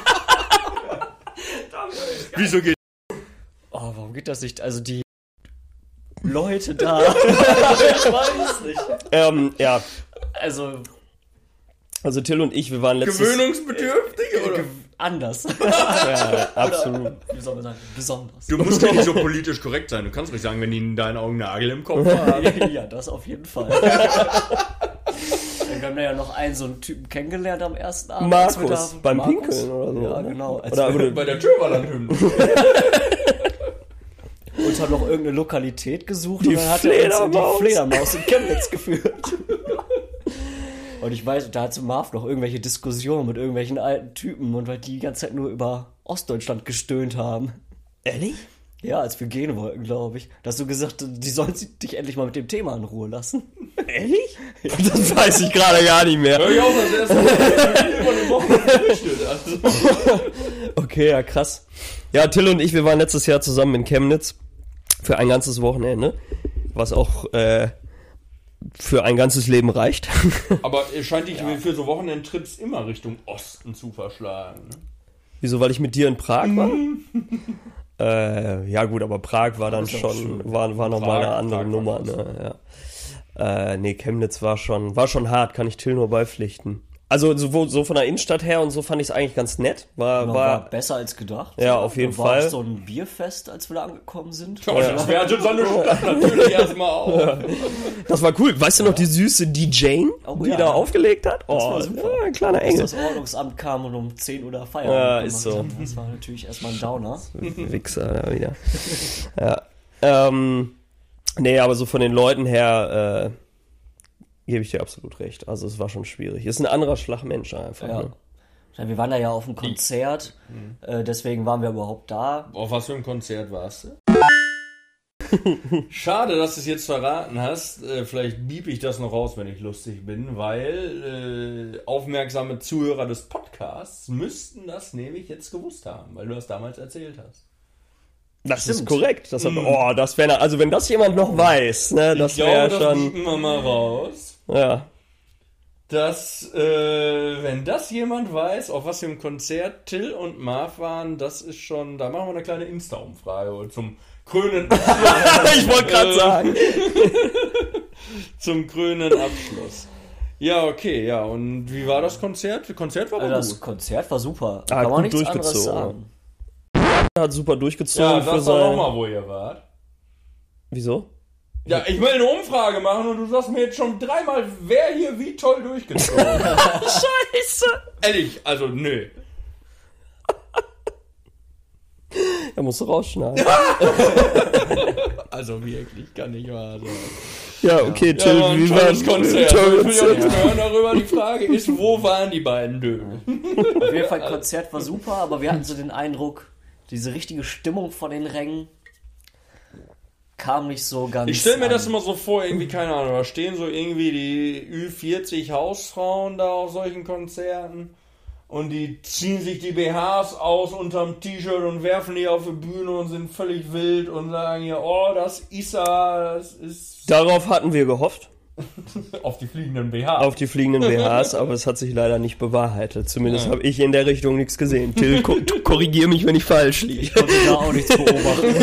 Wieso geht Oh, warum geht das nicht? Also die Leute da. Ich weiß nicht. ähm, ja, Also also Till und ich, wir waren letztes... gewöhnungsbedürftig oder? ge- anders. Ja, absolut. Oder, wie soll man sagen? Besonders. Du musst ja nicht so politisch korrekt sein. Du kannst nicht sagen, wenn die in deinen Augen Nagel im Kopf haben. Ja, das auf jeden Fall. Wir haben da ja noch einen so einen Typen kennengelernt am ersten Abend. als wir Markus, da- beim Markus? Pinkeln oder so. Ja, ne? genau. Als Oder, wir oder, Bei der Türwallandhymne. uns haben noch irgendeine Lokalität gesucht Die und dann hat er uns in die Fledermaus. Fledermaus in Chemnitz geführt. Und ich weiß, da hat Marv noch irgendwelche Diskussionen mit irgendwelchen alten Typen und weil die die ganze Zeit nur über Ostdeutschland gestöhnt haben. Ehrlich? Ja, als wir gehen wollten, glaube ich. Da hast du gesagt, die sollen dich endlich mal mit dem Thema in Ruhe lassen. Ehrlich? Das weiß ich gerade gar nicht mehr. Hör ich auch das erste Mal über die Woche. Okay, ja, krass. Ja, Till und ich, wir waren letztes Jahr zusammen in Chemnitz für ein ganzes Wochenende, was auch äh, für ein ganzes Leben reicht. Aber es scheint dich ja. für so Wochenendtrips immer Richtung Osten zu verschlagen. Ne? Wieso, weil ich mit dir in Prag war? äh, ja gut, aber Prag war dann schon, war, war nochmal eine andere Prag Nummer. Ne? Ja. Äh, nee, Chemnitz war schon, war schon hart, kann ich Till nur beipflichten. Also so, so von der Innenstadt her und so fand ich es eigentlich ganz nett. War, genau, war, war besser als gedacht. Ja, auf jeden war Fall. War so ein Bierfest, als wir da angekommen sind. Ja, das wertet so eine Stadt natürlich erstmal auf. Ja. Das war cool. Weißt du noch die süße D J, oh, die ja. da aufgelegt hat? Das oh, war super. Ja, ein kleiner Engel. Dass das Ordnungsamt kam und um zehn Uhr da Feierabend Ja, gemacht ist so. hat. Das war natürlich erstmal ein Downer. Wichser da wieder. Ja. Ähm, nee, aber so von den Leuten her, äh, gebe ich dir absolut recht. Also es war schon schwierig. Ist ein anderer Schlagmensch einfach. Ja. Ne? Ja, wir waren da ja auf einem Konzert, mhm. äh, deswegen waren wir überhaupt da. Auf was für ein Konzert warst du? Schade, dass du es jetzt verraten hast. Äh, vielleicht bieb ich das noch raus, wenn ich lustig bin, weil äh, aufmerksame Zuhörer des Podcasts müssten das nämlich jetzt gewusst haben, weil du das damals erzählt hast. Das Stimmt. ist korrekt. Das hat, oh, das wäre, also wenn das jemand noch weiß, ne, das wäre schon. Das bieten wir mal raus. Ja. Dass, äh, wenn das jemand weiß, auf was für ein Konzert Till und Marv waren, das ist schon, da machen wir eine kleine Insta-Umfrage zum krönenden Abschluss. Ich wollte gerade sagen. Zum krönenden Abschluss. Ja, okay, ja. Und wie war das Konzert? Das Konzert war also gut. Das Konzert war super. Ah, Kann man gut nichts anderes durchgezogen. sagen. Hat super durchgezogen. Ja, für sag doch sein... nochmal, wo ihr wart. Wieso? Ja, ich will eine Umfrage machen und du sagst mir jetzt schon dreimal, wer hier wie toll durchgezogen hat. Scheiße! Ehrlich, also nö. Er musst du rausschneiden. Also wirklich, kann nicht wahr sein. Ja, okay, Ja, Till, war wie ein war tolles Konzert. Ich will ja Konzert? nichts mehr hören darüber. Die Frage ist, wo waren die beiden Döbel? Auf jeden Fall, Konzert war super, aber wir hatten so den Eindruck, diese richtige Stimmung von den Rängen kam nicht so ganz. Ich stelle mir an. das immer so vor, irgendwie, keine Ahnung, da stehen so irgendwie die Ü vierzig Hausfrauen da auf solchen Konzerten und die ziehen sich die B Hs aus unterm T-Shirt und werfen die auf die Bühne und sind völlig wild und sagen hier, oh, das ist er, das ist... Darauf hatten wir gehofft. Auf die fliegenden B Hs. Auf die fliegenden B Hs, aber es hat sich leider nicht bewahrheitet. Zumindest Ja. habe ich in der Richtung nichts gesehen. Till, ko- korrigier mich, wenn ich falsch liege. Ich konnte da auch nichts beobachten.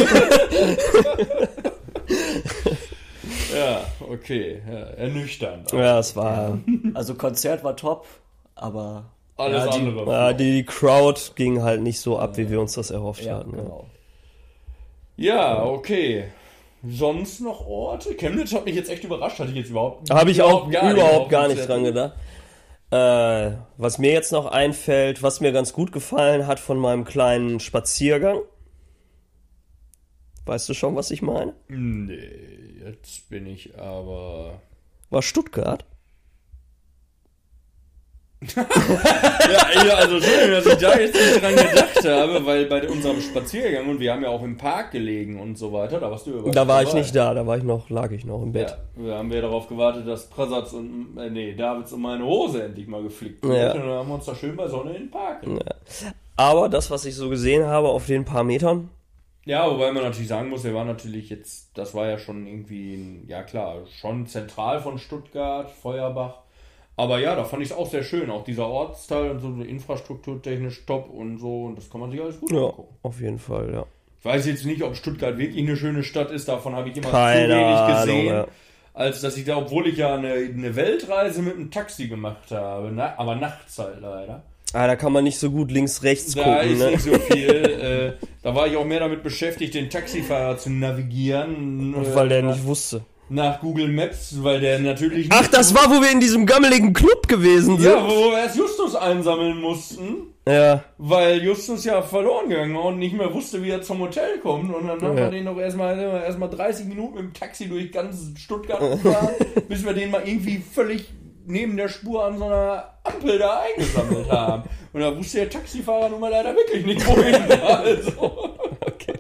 Ja, okay, ja, ernüchternd. Ja, es war... Also Konzert war top, aber Alles ja, die, andere. Ja, die Crowd ging halt nicht so ab, wie wir uns das erhofft Ja, hatten. Ja. genau. Ja, okay. Sonst noch Orte? Chemnitz hat mich jetzt echt überrascht, hatte ich jetzt überhaupt Habe ich auch gar überhaupt auf gar dem nicht Zettel. dran gedacht. Äh, was mir jetzt noch einfällt, was mir ganz gut gefallen hat von meinem kleinen Spaziergang. Weißt du schon, was ich meine? Nee, jetzt bin ich aber... War Stuttgart. Ja, ja, also schön, dass ich da jetzt nicht dran gedacht habe, weil bei unserem Spaziergang, und wir haben ja auch im Park gelegen und so weiter, da warst du über. Da war ich nicht da, da war ich noch, lag ich noch im Bett. Ja, wir haben ja darauf gewartet, dass Prasatz und, äh, nee, Davids und meine Hose endlich mal geflickt wird. Ja. Und dann haben wir uns da schön bei Sonne in den Park gelegt. Ja. Aber das, was ich so gesehen habe auf den paar Metern, Ja, wobei man natürlich sagen muss, wir waren natürlich jetzt, das war ja schon irgendwie, ja klar, schon zentral von Stuttgart, Feuerbach. Aber ja, da fand ich es auch sehr schön. Auch dieser Ortsteil und so infrastrukturtechnisch top und so. Und das kann man sich alles gut ja, angucken. auf jeden Fall, ja. Ich weiß jetzt nicht, ob Stuttgart wirklich eine schöne Stadt ist. Davon habe ich immer Keine zu wenig Ahnung, gesehen. ja. Als dass ich da, obwohl ich ja eine, eine Weltreise mit einem Taxi gemacht habe. Na, aber nachts halt leider. Ah, da kann man nicht so gut links, rechts Da gucken, ist ne? nicht so viel. äh, da war ich auch mehr damit beschäftigt, den Taxifahrer zu navigieren. äh, Weil der nach, nicht wusste. nach Google Maps, weil der natürlich Ach, das war, wo wir in diesem gammeligen Club gewesen sind. ja, wo wir erst Justus einsammeln mussten, Ja. weil Justus ja verloren gegangen war und nicht mehr wusste, wie er zum Hotel kommt. Und dann haben Ja. wir den noch erstmal erstmal dreißig Minuten mit dem Taxi durch ganz Stuttgart gefahren, bis wir den mal irgendwie völlig neben der Spur an so einer Ampel da eingesammelt haben. Und da wusste der Taxifahrer nun mal leider wirklich nicht, wohin. Also. Okay.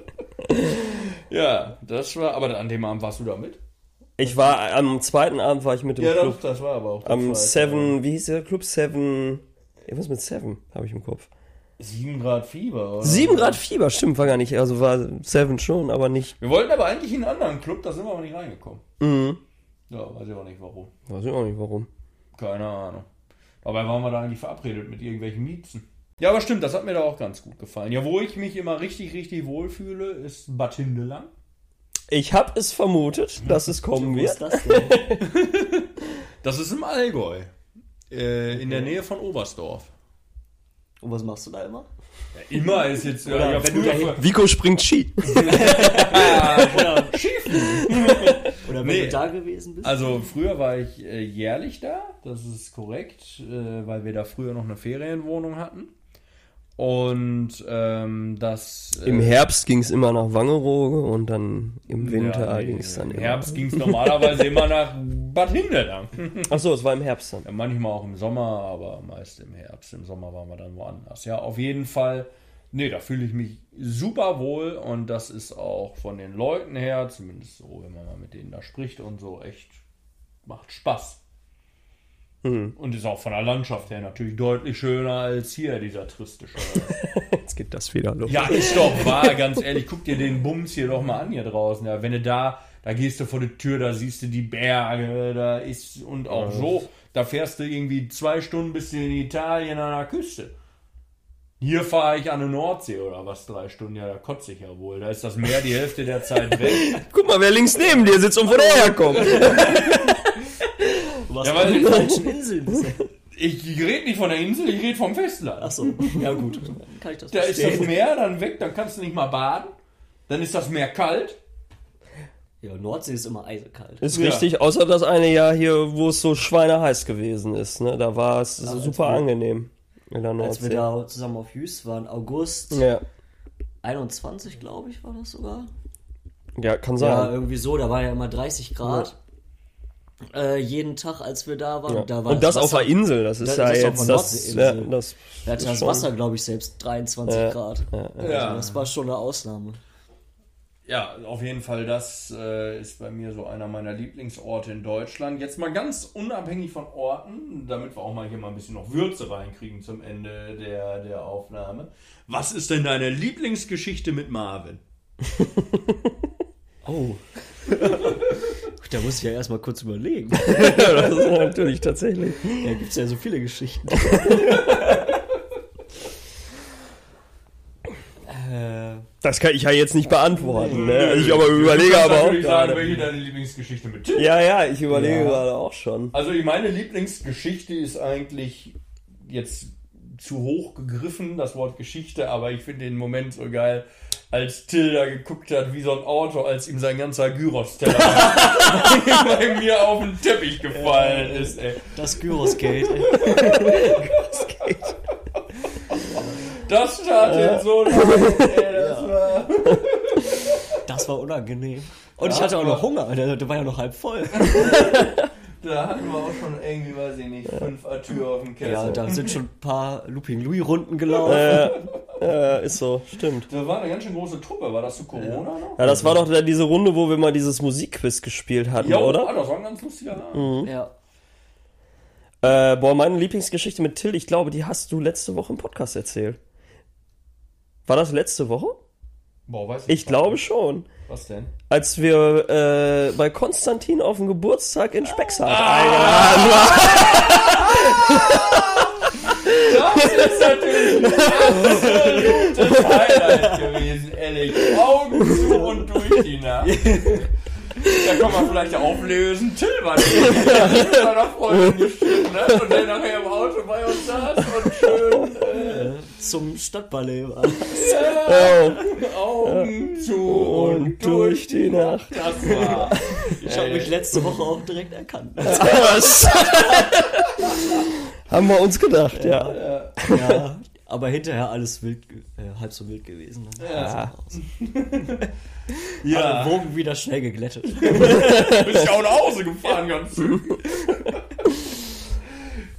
Ja, das war, aber an dem Abend warst du da mit? Ich war, am zweiten Abend war ich mit dem Ja, Club. das, das war aber auch der Am zweite. Seven, wie hieß der Club? Seven, irgendwas mit Seven, habe ich im Kopf. Sieben Grad Fieber, oder? Sieben Grad Fieber, stimmt, war gar nicht, also war Seven schon, aber nicht. Wir wollten aber eigentlich in einen anderen Club, da sind wir aber nicht reingekommen. Mhm. Ja, weiß ich auch nicht warum. Weiß ich auch nicht, warum. Keine Ahnung. Dabei waren wir da eigentlich verabredet mit irgendwelchen Miezen. Ja, aber stimmt, das hat mir da auch ganz gut gefallen. Ja, wo ich mich immer richtig, richtig wohlfühle, ist Bad Hindelang. Ich habe es vermutet, dass es kommen Wo wird. ist das denn? Das ist im Allgäu. Äh, in der Nähe von Oberstdorf. Und was machst du da immer? Ja, immer ist jetzt... Oder ja, wenn du früher- dahin- Vico springt Ski. Oder, Schiefen! oder wenn Nee. du da gewesen bist? Also früher war ich äh, jährlich da, das ist korrekt, äh, weil wir da früher noch eine Ferienwohnung hatten. Und ähm, das... Äh, Im Herbst ging es immer nach Wangerooge und dann im Winter ja, nee, ging es dann Im immer. Herbst ging es normalerweise immer nach Bad Hindelang. Achso, es war im Herbst dann. Ja, manchmal auch im Sommer, aber meist im Herbst. Im Sommer waren wir dann woanders. Ja, auf jeden Fall, nee, da fühle ich mich super wohl und das ist auch von den Leuten her, zumindest so, wenn man mal mit denen da spricht und so, echt macht Spaß. Mhm. Und ist auch von der Landschaft her natürlich deutlich schöner als hier, dieser triste Scheiß. Jetzt geht das wieder los. Ja, ist doch wahr, ganz ehrlich, guck dir den Bums hier doch mal an hier draußen. Ja, wenn du da, da gehst du vor die Tür, da siehst du die Berge, da ist, und auch so, da fährst du irgendwie zwei Stunden bis in Italien an der Küste. Hier fahre ich an der Nordsee oder was, drei Stunden, ja, da kotze ich ja wohl. Da ist das Meer die Hälfte der Zeit weg. Guck mal, wer links neben dir sitzt und wo der herkommt. Du warst Ja, auf weil- den falschen Inseln bisher. Ich rede nicht von der Insel, ich rede vom Festland. Achso, ja gut. Dann kann ich das Da ist das verstehen. Meer dann weg, dann kannst du nicht mal baden. Dann ist das Meer kalt. Ja, Nordsee ist immer eisekalt. Ist Ja. richtig, außer das eine Jahr hier, wo es so schweineheiß gewesen ist. Ne? Da war es als super wir- angenehm in der Als wir Nordsee. da zusammen auf Jüst waren, August Ja. einundzwanzig, glaube ich, war das sogar. ja, kann Ja, sein. irgendwie so, da war ja immer dreißig Grad. Äh, jeden Tag, als wir da waren. Ja. Da war Und das auf Wasser, der Insel, das ist Das ja ist auf jetzt der das, ja, Nordseeinsel. das Da hatte ist das schon- Wasser, glaube ich, selbst dreiundzwanzig Ja. Grad. Ja, ja. Ja. Also das war schon eine Ausnahme. Ja, auf jeden Fall, das äh, ist bei mir so einer meiner Lieblingsorte in Deutschland. Jetzt mal ganz unabhängig von Orten, damit wir auch mal hier mal ein bisschen noch Würze reinkriegen zum Ende der, der Aufnahme. Was ist denn deine Lieblingsgeschichte mit Marvin? Oh. Da muss ich ja erstmal kurz überlegen. Ja, das ist natürlich tatsächlich. Da gibt es ja so viele Geschichten. äh, Das kann ich ja jetzt nicht beantworten. Nö. Ne? Ich aber überlege Du kannst aber auch natürlich sagen, gerade. welche deine Lieblingsgeschichte mit Tim. Ja, ja, ich überlege Ja. gerade auch schon. Also meine Lieblingsgeschichte ist eigentlich jetzt zu hoch gegriffen, das Wort Geschichte, aber ich finde den Moment so geil, als Till da geguckt hat, wie so ein Auto, als ihm sein ganzer Gyros-Teller bei mir auf den Teppich gefallen ist, ey. das Gyrosgate. Das tat jetzt so leid, ey, das war... Das war unangenehm. Und Ja, ich hatte auch noch aber- Hunger. Der, der war ja noch halb voll. Da hatten wir auch schon irgendwie, weiß ich nicht, fünf Atür auf dem Kessel. Ja, da sind schon ein paar Looping-Louis-Runden gelaufen. Äh, äh, ist so, stimmt. Da war eine ganz schön große Truppe, war das zu Corona noch? Ja, das war doch da diese Runde, wo wir mal dieses Musikquiz gespielt hatten, Ja, oder? Ah, das war ein ganz lustiger Abend. Ja. Äh, boah, meine Lieblingsgeschichte mit Till, ich glaube, die hast du letzte Woche im Podcast erzählt. War das letzte Woche? Boah, weiß Ich glaube schon. Was denn? Als wir äh, bei Konstantin auf dem Geburtstag in Spexart Ah. eingeladen waren. Das ist natürlich ein absolutes Highlight gewesen, ehrlich. Augen zu und durch die Nacht. Da kann man vielleicht auflösen. Till war der, der mit seiner Freundin gestritten hat und der nachher im Auto bei uns saß und schön äh, Zum Stadtballet war. Oh, Augen zu und durch die Nacht. Das war. Ich habe mich letzte Woche auch direkt erkannt. was? Haben wir uns gedacht, ja. Ja, aber hinterher alles wild, ge- äh, halb so wild gewesen. Ja. Ja. Alle Wogen wieder schnell geglättet. Bist ja auch nach Hause gefahren, ganz zügig.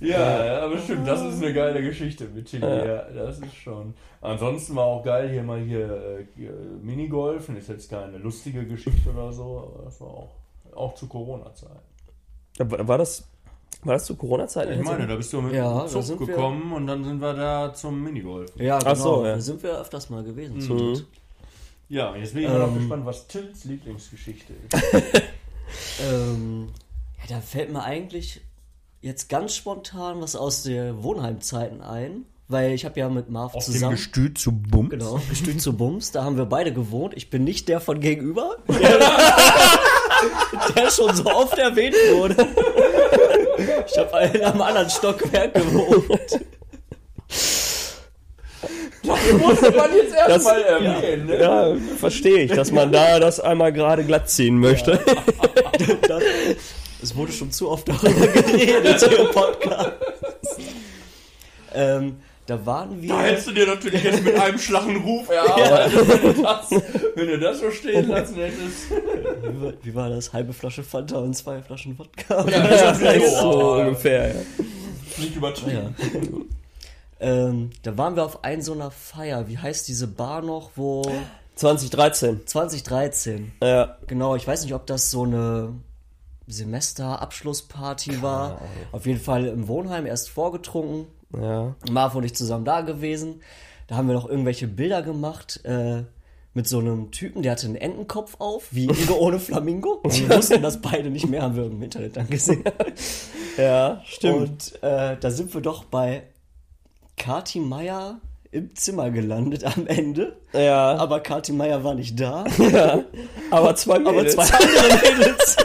Ja, ja, aber stimmt, das ist eine geile Geschichte mit Tilly, ja. ja, das ist schon. Ansonsten war auch geil hier mal hier, hier Minigolfen, ist jetzt keine lustige Geschichte oder so, aber das war auch, auch zu Corona-Zeiten. War das, war das zu Corona-Zeiten? Ich meine, da bist du mit Ja, dem Zug wir- gekommen und dann sind wir da zum Minigolf. Ja, genau. Ach so, ja. Da sind wir öfters mal gewesen. zu Mhm. dritt. Ja, jetzt bin ich mal noch Ähm. gespannt, was Tills Lieblingsgeschichte ist. Ähm, ja, da fällt mir eigentlich jetzt ganz spontan was aus der Wohnheimzeiten ein, weil ich habe ja mit Marv Aus dem zusammen... Gestüt zu Bums. Genau, Gestüt zu Bums, da haben wir beide gewohnt. Ich bin nicht der von gegenüber, der schon so oft erwähnt wurde. Ich habe in einem anderen Stockwerk gewohnt. Das musste man jetzt Das- erstmal erwähnen, ne? Ja, verstehe ich, dass man da das einmal gerade glatt ziehen möchte. Das, es wurde schon zu oft darüber geredet hier im Podcast. Ähm, da waren wir... Da hättest du dir natürlich jetzt mit einem Schlag einen Ruf erarbeitet, wenn, du das, wenn du das so stehen lassen hättest. Wie war, wie war das? Halbe Flasche Fanta und zwei Flaschen Wodka? Ja, Das ist so Oh, ungefähr, ja. Nicht übertrieben. Ja. Ähm, da waren wir auf ein so einer Feier. Wie heißt diese Bar noch, wo... zwanzig dreizehn. zwanzig dreizehn. Ja. Genau, ich weiß nicht, ob das so eine Semesterabschlussparty war. Auf jeden Fall im Wohnheim erst vorgetrunken. Ja. Marv und ich zusammen da gewesen. Da haben wir noch irgendwelche Bilder gemacht äh, mit so einem Typen, der hatte einen Entenkopf auf, wie Ingo ohne Flamingo. Und wir wussten das beide nicht mehr, haben wir im Internet dann gesehen. Ja, stimmt. Und äh, da sind wir doch bei Kati Meier im Zimmer gelandet am Ende. Ja. Aber Kati Meier war nicht da. Ja. Aber zwei Aber Mädels. zwei andere Mädels.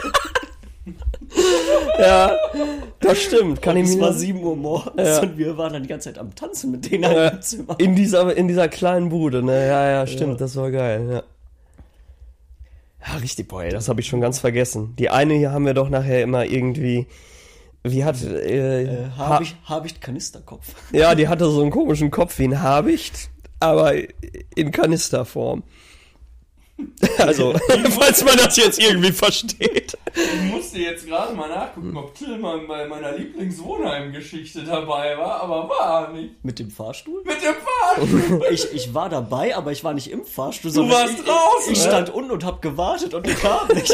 Ja, das stimmt. Kann ich Es mir war sieben Uhr morgens Ja. und wir waren dann die ganze Zeit am Tanzen mit denen Ja, im Zimmer. in dieser in dieser kleinen Bude, ne? Ja, ja, stimmt, Ja. das war geil, ja. Ja, richtig, boah, ey, das habe ich schon ganz vergessen. Die eine hier haben wir doch nachher immer irgendwie wie hat äh, Äh, ha Habicht, Habicht Kanisterkopf. ja, die hatte so einen komischen Kopf wie ein Habicht, aber in Kanisterform. Also, falls man das jetzt irgendwie versteht. Ich musste jetzt gerade mal nachgucken, ob Tillmann bei meiner Lieblingswohnheim-Geschichte dabei war, aber war er nicht. Mit dem Fahrstuhl? Mit dem Fahrstuhl! Ich, ich war dabei, aber ich war nicht im Fahrstuhl, Du sondern warst ich, draußen, ich ne? stand unten und hab gewartet und die kam nicht.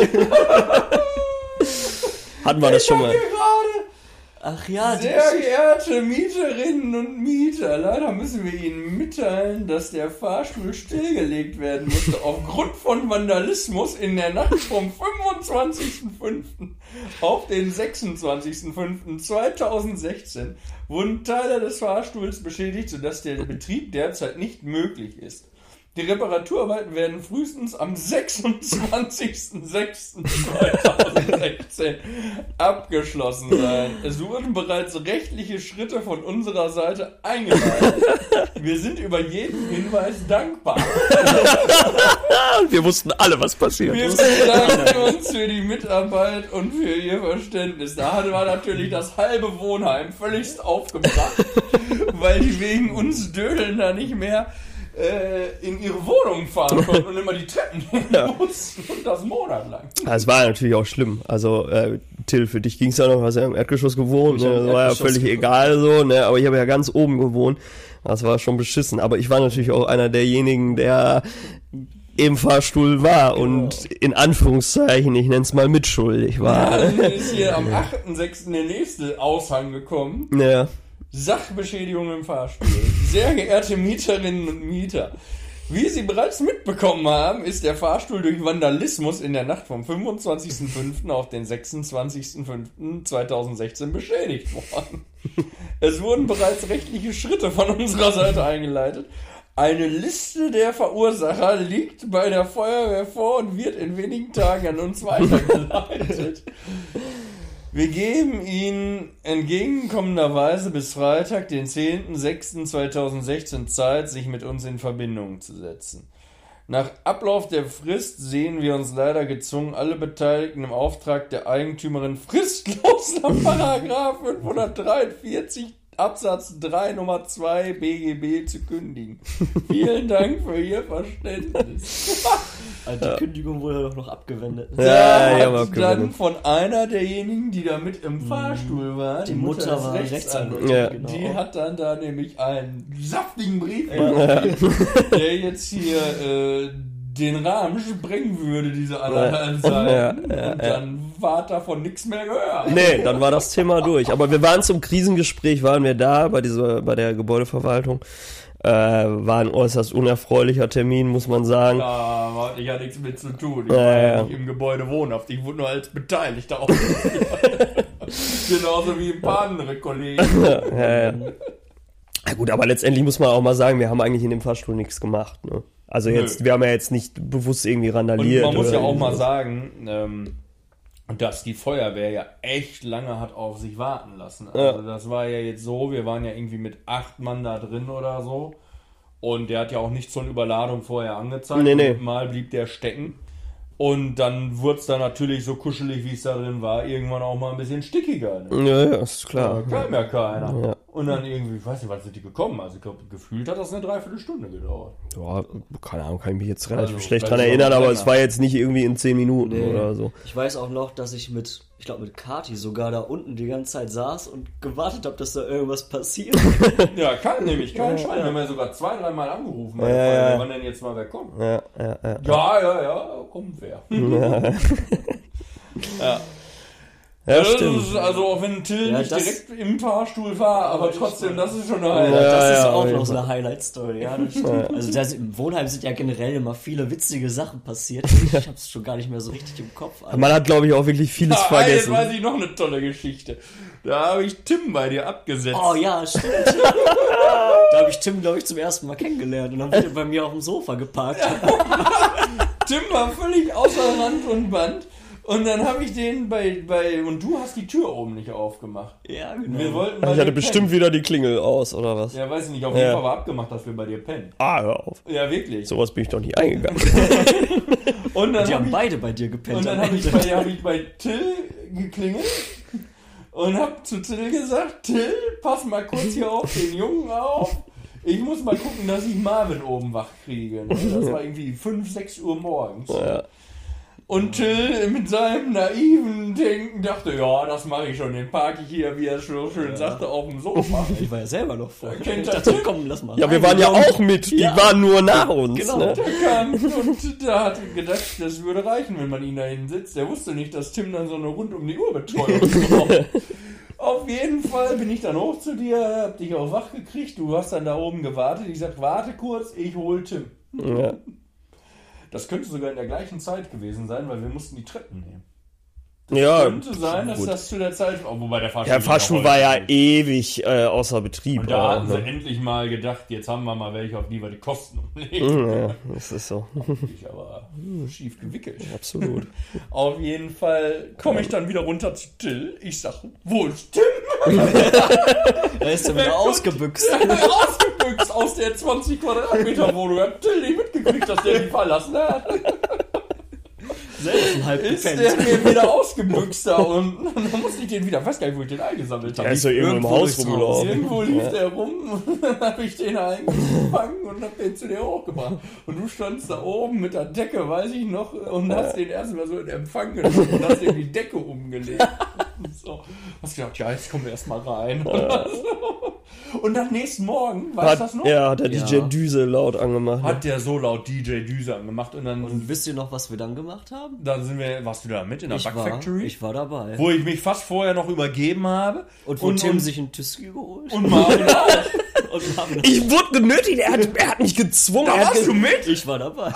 Hatten wir das schon mal. Hier gerade. Ach ja, die Sehr geehrte Mieterinnen und Mieter, leider müssen wir Ihnen mitteilen, dass der Fahrstuhl stillgelegt werden musste aufgrund von Vandalismus in der Nacht vom fünfundzwanzigsten fünften auf den sechsundzwanzigsten fünften zweitausendsechzehn wurden Teile des Fahrstuhls beschädigt, sodass der Betrieb derzeit nicht möglich ist. Die Reparaturarbeiten werden frühestens am sechsundzwanzigsten sechsten zweitausendsechzehn abgeschlossen sein. Es wurden bereits rechtliche Schritte von unserer Seite eingeleitet. Wir sind über jeden Hinweis dankbar. Wir wussten alle, was passiert. Wir bedanken uns für die Mitarbeit und für Ihr Verständnis. Da war natürlich das halbe Wohnheim völligst aufgebracht, weil die wegen uns Dödeln da nicht mehr in ihre Wohnung fahren konnten und immer die Treppen nehmen mussten und das monatelang. Es war natürlich auch schlimm. Also, äh, Till, für dich ging's ja noch, du hast ja im Erdgeschoss gewohnt, Ich hab ne? im Das war ja Erdgeschoss völlig gewohnt. egal so, ne? Aber ich habe ja ganz oben gewohnt. Das war schon beschissen. Aber ich war natürlich auch einer derjenigen, der im Fahrstuhl war und in Anführungszeichen, ich nenn's mal mitschuldig war. Dann ist hier am achten sechsten der nächste Aushang gekommen. Ja. Sachbeschädigung im Fahrstuhl. Sehr geehrte Mieterinnen und Mieter, wie Sie bereits mitbekommen haben, ist der Fahrstuhl durch Vandalismus in der Nacht vom fünfundzwanzigsten fünften auf den sechsundzwanzigsten fünften zweitausendsechzehn beschädigt worden. Es wurden bereits rechtliche Schritte von unserer Seite eingeleitet. Eine Liste der Verursacher liegt bei der Feuerwehr vor und wird in wenigen Tagen an uns weitergeleitet. Wir geben Ihnen entgegenkommenderweise bis Freitag, den zehnten sechsten zweitausendsechzehn Zeit, sich mit uns in Verbindung zu setzen. Nach Ablauf der Frist sehen wir uns leider gezwungen, alle Beteiligten im Auftrag der Eigentümerin fristlos nach Paragraph fünfhundertdreiundvierzig Absatz drei Nummer zwei B G B zu kündigen. Vielen Dank für Ihr Verständnis. Also die Kündigung wurde doch noch abgewendet. Ja, Da die haben hat abgewendet. dann von einer derjenigen, die da mit im Fahrstuhl war, Die Mutter des war Rechtsanwältin, Rechtsanwältin, Ja. genau. die hat dann da nämlich einen saftigen Brief geschrieben, der jetzt hier äh, den Rahmen sprengen würde, diese anderthalb Ja. Seiten. Ja, ja, und ja. dann war davon nichts mehr gehört. Nee, dann war das Thema durch. Aber wir waren zum Krisengespräch, waren wir da bei dieser, bei der Gebäudeverwaltung. Äh, war ein äußerst unerfreulicher Termin, muss man sagen. Da hatte ich ja nichts mit zu tun. Ich Ja, war ja ja. nicht im Gebäude wohnhaft. Ich wurde nur als Beteiligter auf. Genauso wie ein paar andere Kollegen. Ja, ja. Ja gut, aber letztendlich muss man auch mal sagen, wir haben eigentlich in dem Fahrstuhl nichts gemacht. Ne? Also jetzt, Nö. wir haben ja jetzt nicht bewusst irgendwie Und randaliert. man muss oder ja auch irgendwie mal so. sagen, ähm, dass die Feuerwehr ja echt lange hat auf sich warten lassen. Also das war ja jetzt so, wir waren ja irgendwie mit acht Mann da drin oder so. Und der hat ja auch nicht so eine Überladung vorher angezeigt. Nee, nee. Und mal blieb der stecken. Und dann wurde es dann natürlich so kuschelig, wie es da drin war, irgendwann auch mal ein bisschen stickiger. Ne? Ja, ja, ist klar. Da kam ja keiner. Ja. Und dann irgendwie, ich weiß nicht, wann sind die gekommen? Also ich glaube, gefühlt hat das eine Dreiviertelstunde gedauert. Ja, keine Ahnung, kann ich mich jetzt relativ Also, schlecht vielleicht dran sogar erinnern, noch aber länger. es war jetzt nicht irgendwie in zehn Minuten Nee. oder so. Ich weiß auch noch, dass ich mit, ich glaube mit Kati sogar da unten die ganze Zeit saß und gewartet habe, dass da irgendwas passiert. Ja, kann nämlich, kein Schwein. Wir haben ja sogar zwei, dreimal angerufen, bei Ja, der Feuerwehr, ja. wann denn jetzt mal wer kommt. Ja, ja, ja. Ja, ja, ja, kommt wer. Ja. Ja, das stimmt. ist, also auch wenn Till Ja, nicht das- direkt im Fahrstuhl war, aber trotzdem, das ist schon eine Ja, Highlight. Das ist ja, auch auf jeden noch so Fall. eine Highlight-Story, ja, das stimmt. Also das, im Wohnheim sind ja generell immer viele witzige Sachen passiert. Ich hab's schon gar nicht mehr so richtig im Kopf. Also, Man hat, glaube ich, auch wirklich vieles Ah, jetzt vergessen. weiß ich noch eine tolle Geschichte. Da habe ich Tim bei dir abgesetzt. oh ja, stimmt. Da habe ich Tim, glaube ich, zum ersten Mal kennengelernt und dann wurde er bei mir auf dem Sofa geparkt. Tim war völlig außer Rand und Band. Und dann habe ich den bei, bei, und du hast die Tür oben nicht aufgemacht. Ja, Wir genau. wollten bei Ich hatte dir bestimmt pennen. wieder die Klingel aus, oder was? Ja, weiß ich nicht, auf Ja. jeden Fall war abgemacht, dass wir bei dir pennen. Ah, hör auf. Ja, wirklich. Sowas bin ich doch nicht eingegangen. Und dann Die hab haben ich, beide bei dir gepennt. und dann am habe ich, Ende. bei- hab ich bei Till geklingelt und habe zu Till gesagt, Till, pass mal kurz hier auf den Jungen auf. Ich muss mal gucken, dass ich Marvin oben wach kriege. Das war irgendwie fünf, sechs Uhr morgens. Ja. Und Till mit seinem naiven Denken dachte, ja, das mache ich schon, den parke ich hier, wie er so schön sagte, auf dem Sofa. Ich war ja selber noch vor. Kennt Ich das dachte, Tim? komm, lass mal. Ja, wir waren ja auch mit. Die Ja. waren nur nach uns. Genau. Ne? Der kam und da hat er gedacht, das würde reichen, wenn man ihn da hinsetzt. Der wusste nicht, dass Tim dann so eine rund um die Uhr Betreuung braucht. Auf jeden Fall bin ich dann hoch zu dir, hab dich auch wach gekriegt, du hast dann da oben gewartet. Ich sag, warte kurz, ich hol Tim. Ja. Das könnte sogar in der gleichen Zeit gewesen sein, weil wir mussten die Treppen nehmen. Ja, Könnte sein, dass gut. das zu der Zeit, oh, wobei der Fahrstuhl, Der Fahrstuhl noch war ja heute nicht. ewig äh, außer Betrieb. Und da auch, hatten sie ne? endlich mal gedacht, jetzt haben wir mal welche, auf die wir die Kosten umlegen. Ja, das ist so. Ich aber schief gewickelt. Absolut. Auf jeden Fall komme ich dann wieder runter zu Till. Ich sag, wo ist Tim? Da ist er wieder ausgebüxt. Ausgebüxt aus der zwanzig Quadratmeter Wohnung. Hat Till nicht mitgekriegt, dass der die verlassen hat. Selbst halb Ist gepennt. der mir wieder ausgebüxt da unten. Und dann musste ich den wieder, weiß gar nicht, wo ich den eingesammelt habe. Der ist so irgendwo im irgendwo Haus durchs rumgelaufen. Irgendwo lief der rum und dann habe ich den eingefangen und habe den zu dir hochgebracht. Und du standst da oben mit der Decke, weiß ich noch, und hast den erstmal so in Empfang genommen und hast ihm die Decke umgelegt. Und so. Hast gedacht, ja, jetzt kommen wir erstmal rein. Und dann nächsten Morgen, weißt du das Hat, noch? ja, hat der Ja. D J Düse laut angemacht. Ne? Hat der so laut D J Düse angemacht und dann, Und wisst ihr noch, was wir dann gemacht haben? dann sind wir, warst du da mit in der Ich Bug war, Factory? ich war dabei. Wo ich mich fast vorher noch übergeben habe. und wo und, Tim und, sich einen Tüski geholt. und Marvin auch. Und Marvin- Ich wurde genötigt, er hat, er hat mich gezwungen. Da er hat warst ge du mit? ich war dabei.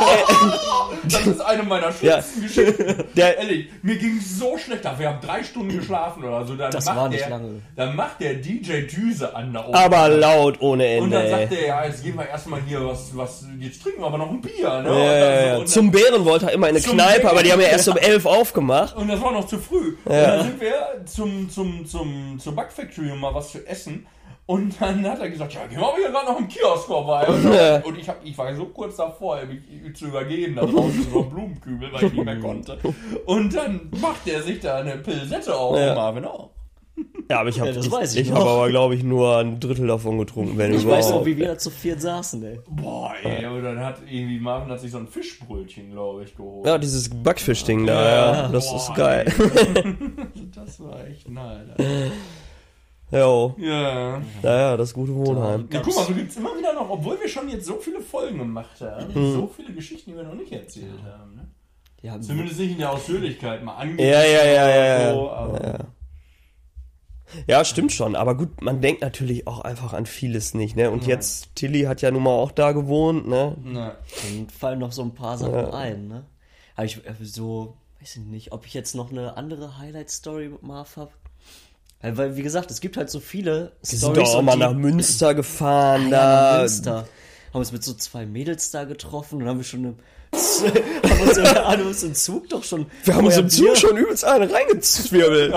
Das ist eine meiner schönsten Ja. Geschichten. Der- Ehrlich, mir ging es so schlecht. Wir haben drei Stunden geschlafen oder so. Dann Das macht war nicht der, lange. Dann macht der D J Düse an da oben. aber laut ohne und Ende. dann sagt ey. er, ja, jetzt gehen wir erstmal hier was, was, jetzt trinken wir aber noch ein Bier. Ne? Ja, und, ja, dann so, ja. und, Zum Bären wollte er immer in eine Zum Kneipe, Bären. aber die haben ja erst um elf aufgemacht. und das war noch zu früh. Und dann sind wir zum, zum, zum, zur Bug Factory, um mal was zu essen. Und dann hat er gesagt, ja, gehen wir hier gerade noch im Kiosk vorbei. Und, Ja. und ich, hab, ich war so kurz davor, mich zu übergeben, da draußen so ein Blumenkübel, weil ich nicht mehr konnte. Und dann macht er sich da eine Pilsette auf, Ja. und Marvin auch. Ja, aber ich habe Ja, das ich, weiß ich ich noch. habe aber, glaube ich, nur ein Drittel davon getrunken, wenn Ich überhaupt. weiß noch, wie wir da zu viert saßen, ey. Boah, ey, aber dann hat irgendwie Marvin hat sich so ein Fischbrötchen, glaube ich, geholt. Ja, dieses Backfischding da, ja, das Boah, ist geil. ey. Das war echt nice. Jo, Ja. naja, das gute Wohnheim. Ja, guck mal, so gibt's immer wieder noch, obwohl wir schon jetzt so viele Folgen gemacht haben, so viele Geschichten, die wir noch nicht erzählt haben. Ne? Ja, Zumindest nicht in der Ausführlichkeit mal angegeben. Ja, ja, ja, ja, ja. So, aber ja. Ja, stimmt schon, aber gut, man denkt natürlich auch einfach an vieles nicht, ne? Und jetzt, Tilly hat ja nun mal auch da gewohnt, ne? Na, dann fallen noch so ein paar Sachen ein, ne? Aber ich äh, so, weiß ich nicht, ob ich jetzt noch eine andere Highlight-Story mit Marv hab. Weil, weil, wie gesagt, es gibt halt so viele Wir sind doch auch und mal die- nach Münster gefahren, Ja, da. nach Münster. Haben uns mit so zwei Mädels da getroffen und haben wir schon im, haben uns, im, haben uns im Zug doch schon. Wir haben uns vorher im Zug Bier- schon übelst einen reingezwirbelt,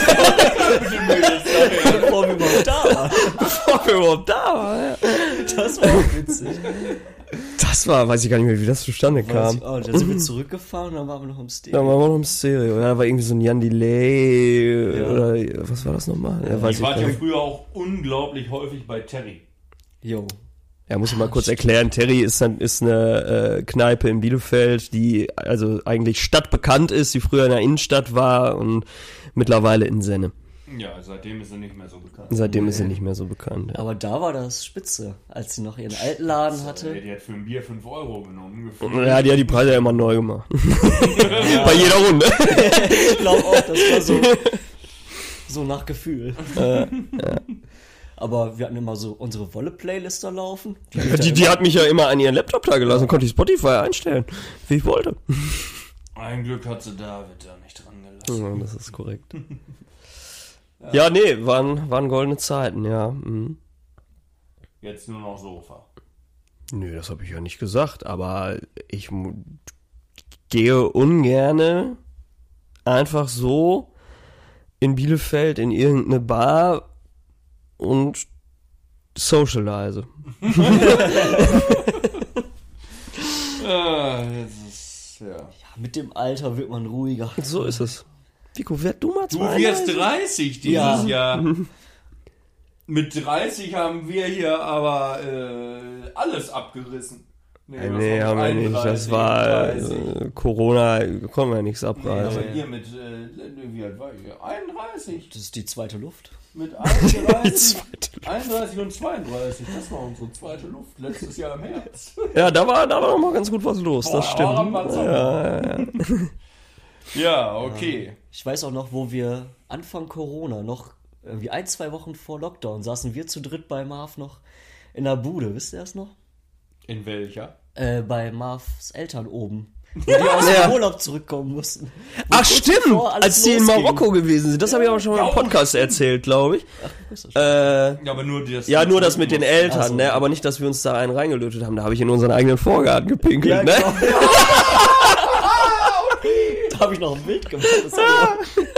bevor wir überhaupt da waren. bevor wir überhaupt da waren. Ja. Das war auch witzig. Das war, weiß ich gar nicht mehr, wie das zustande Weiß kam. ich auch nicht. Dann sind wir zurückgefahren und dann waren wir noch im Da Stereo. waren wir noch im Stereo. Ja, da war irgendwie so ein Jan Delay Ja. oder was war das nochmal? Ja, weiß ich ich war gar ja nicht. früher auch unglaublich häufig bei Terry. Jo. Ja, muss ich mal kurz erklären. Terry ist, dann- ist eine äh, Kneipe in Bielefeld, die also eigentlich stadtbekannt ist, die früher in der Innenstadt war und mittlerweile in Senne. Ja, seitdem ist er nicht mehr so bekannt. Seitdem ist sie nicht mehr so bekannt. Ja. Aber da war das spitze, als sie noch ihren alten Laden Ey, hatte. die hat für ein Bier fünf Euro genommen. gefühlt. Ja, die hat die Preise ja immer neu gemacht. Bei jeder Runde. Ich glaube auch, das war so, so nach Gefühl. Aber wir hatten immer so unsere Wolle-Playlist da laufen. Die hab ich da Die, die hat mich ja immer an ihren Laptop da gelassen, konnte ich Spotify einstellen, wie ich wollte. Ein Glück hat sie David da nicht dran gelassen. Ja, das ist korrekt. Ja, nee, waren, waren goldene Zeiten, ja. Mhm. Jetzt nur noch Sofa. Nö, das habe ich ja nicht gesagt, aber ich mu- gehe ungerne einfach so in Bielefeld in irgendeine Bar und socialize. Ah, das ist, ja. Ja, mit dem Alter wird man ruhiger. So ist es. Vico, werd du mal Du zwei. wirst dreißig dieses Ja. Jahr. Mit dreißig haben wir hier aber äh, alles abgerissen. Nee, Äh, das Nee, war haben wir mit nicht. Das einunddreißig, war dreißig. äh, Corona, konnten wir nichts Nee, abreißen. aber ihr mit, äh, wie alt war ich? einunddreißig. Das ist die zweite Luft. Mit einunddreißig, Zweite einunddreißig und zweiunddreißig. Das war unsere zweite Luft letztes Jahr im Herbst. Ja, da war, da war noch mal ganz gut was los, Boah, das stimmt. da war was Ja, ja, ja. Ja, okay. Ich weiß auch noch, wo wir Anfang Corona, noch irgendwie ein, zwei Wochen vor Lockdown, saßen wir zu dritt bei Marv noch in der Bude. Wisst ihr das noch? In welcher? Äh, bei Marvs Eltern oben. Wo die aus Ja. dem Urlaub zurückkommen mussten. Wo Ach kurz stimmt, bevor alles als die in losging. Marokko gewesen sind. Das habe ich aber schon mal im Podcast erzählt, glaube ich. Ist das schon? Äh, Ja, aber nur das. ja, nur das mit den Eltern, Ach so. ne? Aber nicht, dass wir uns da einen reingelötet haben. Da habe ich in unseren eigenen Vorgarten gepinkelt, ne? genau. Da habe ich noch ein Bild gemacht. Das hab ich noch-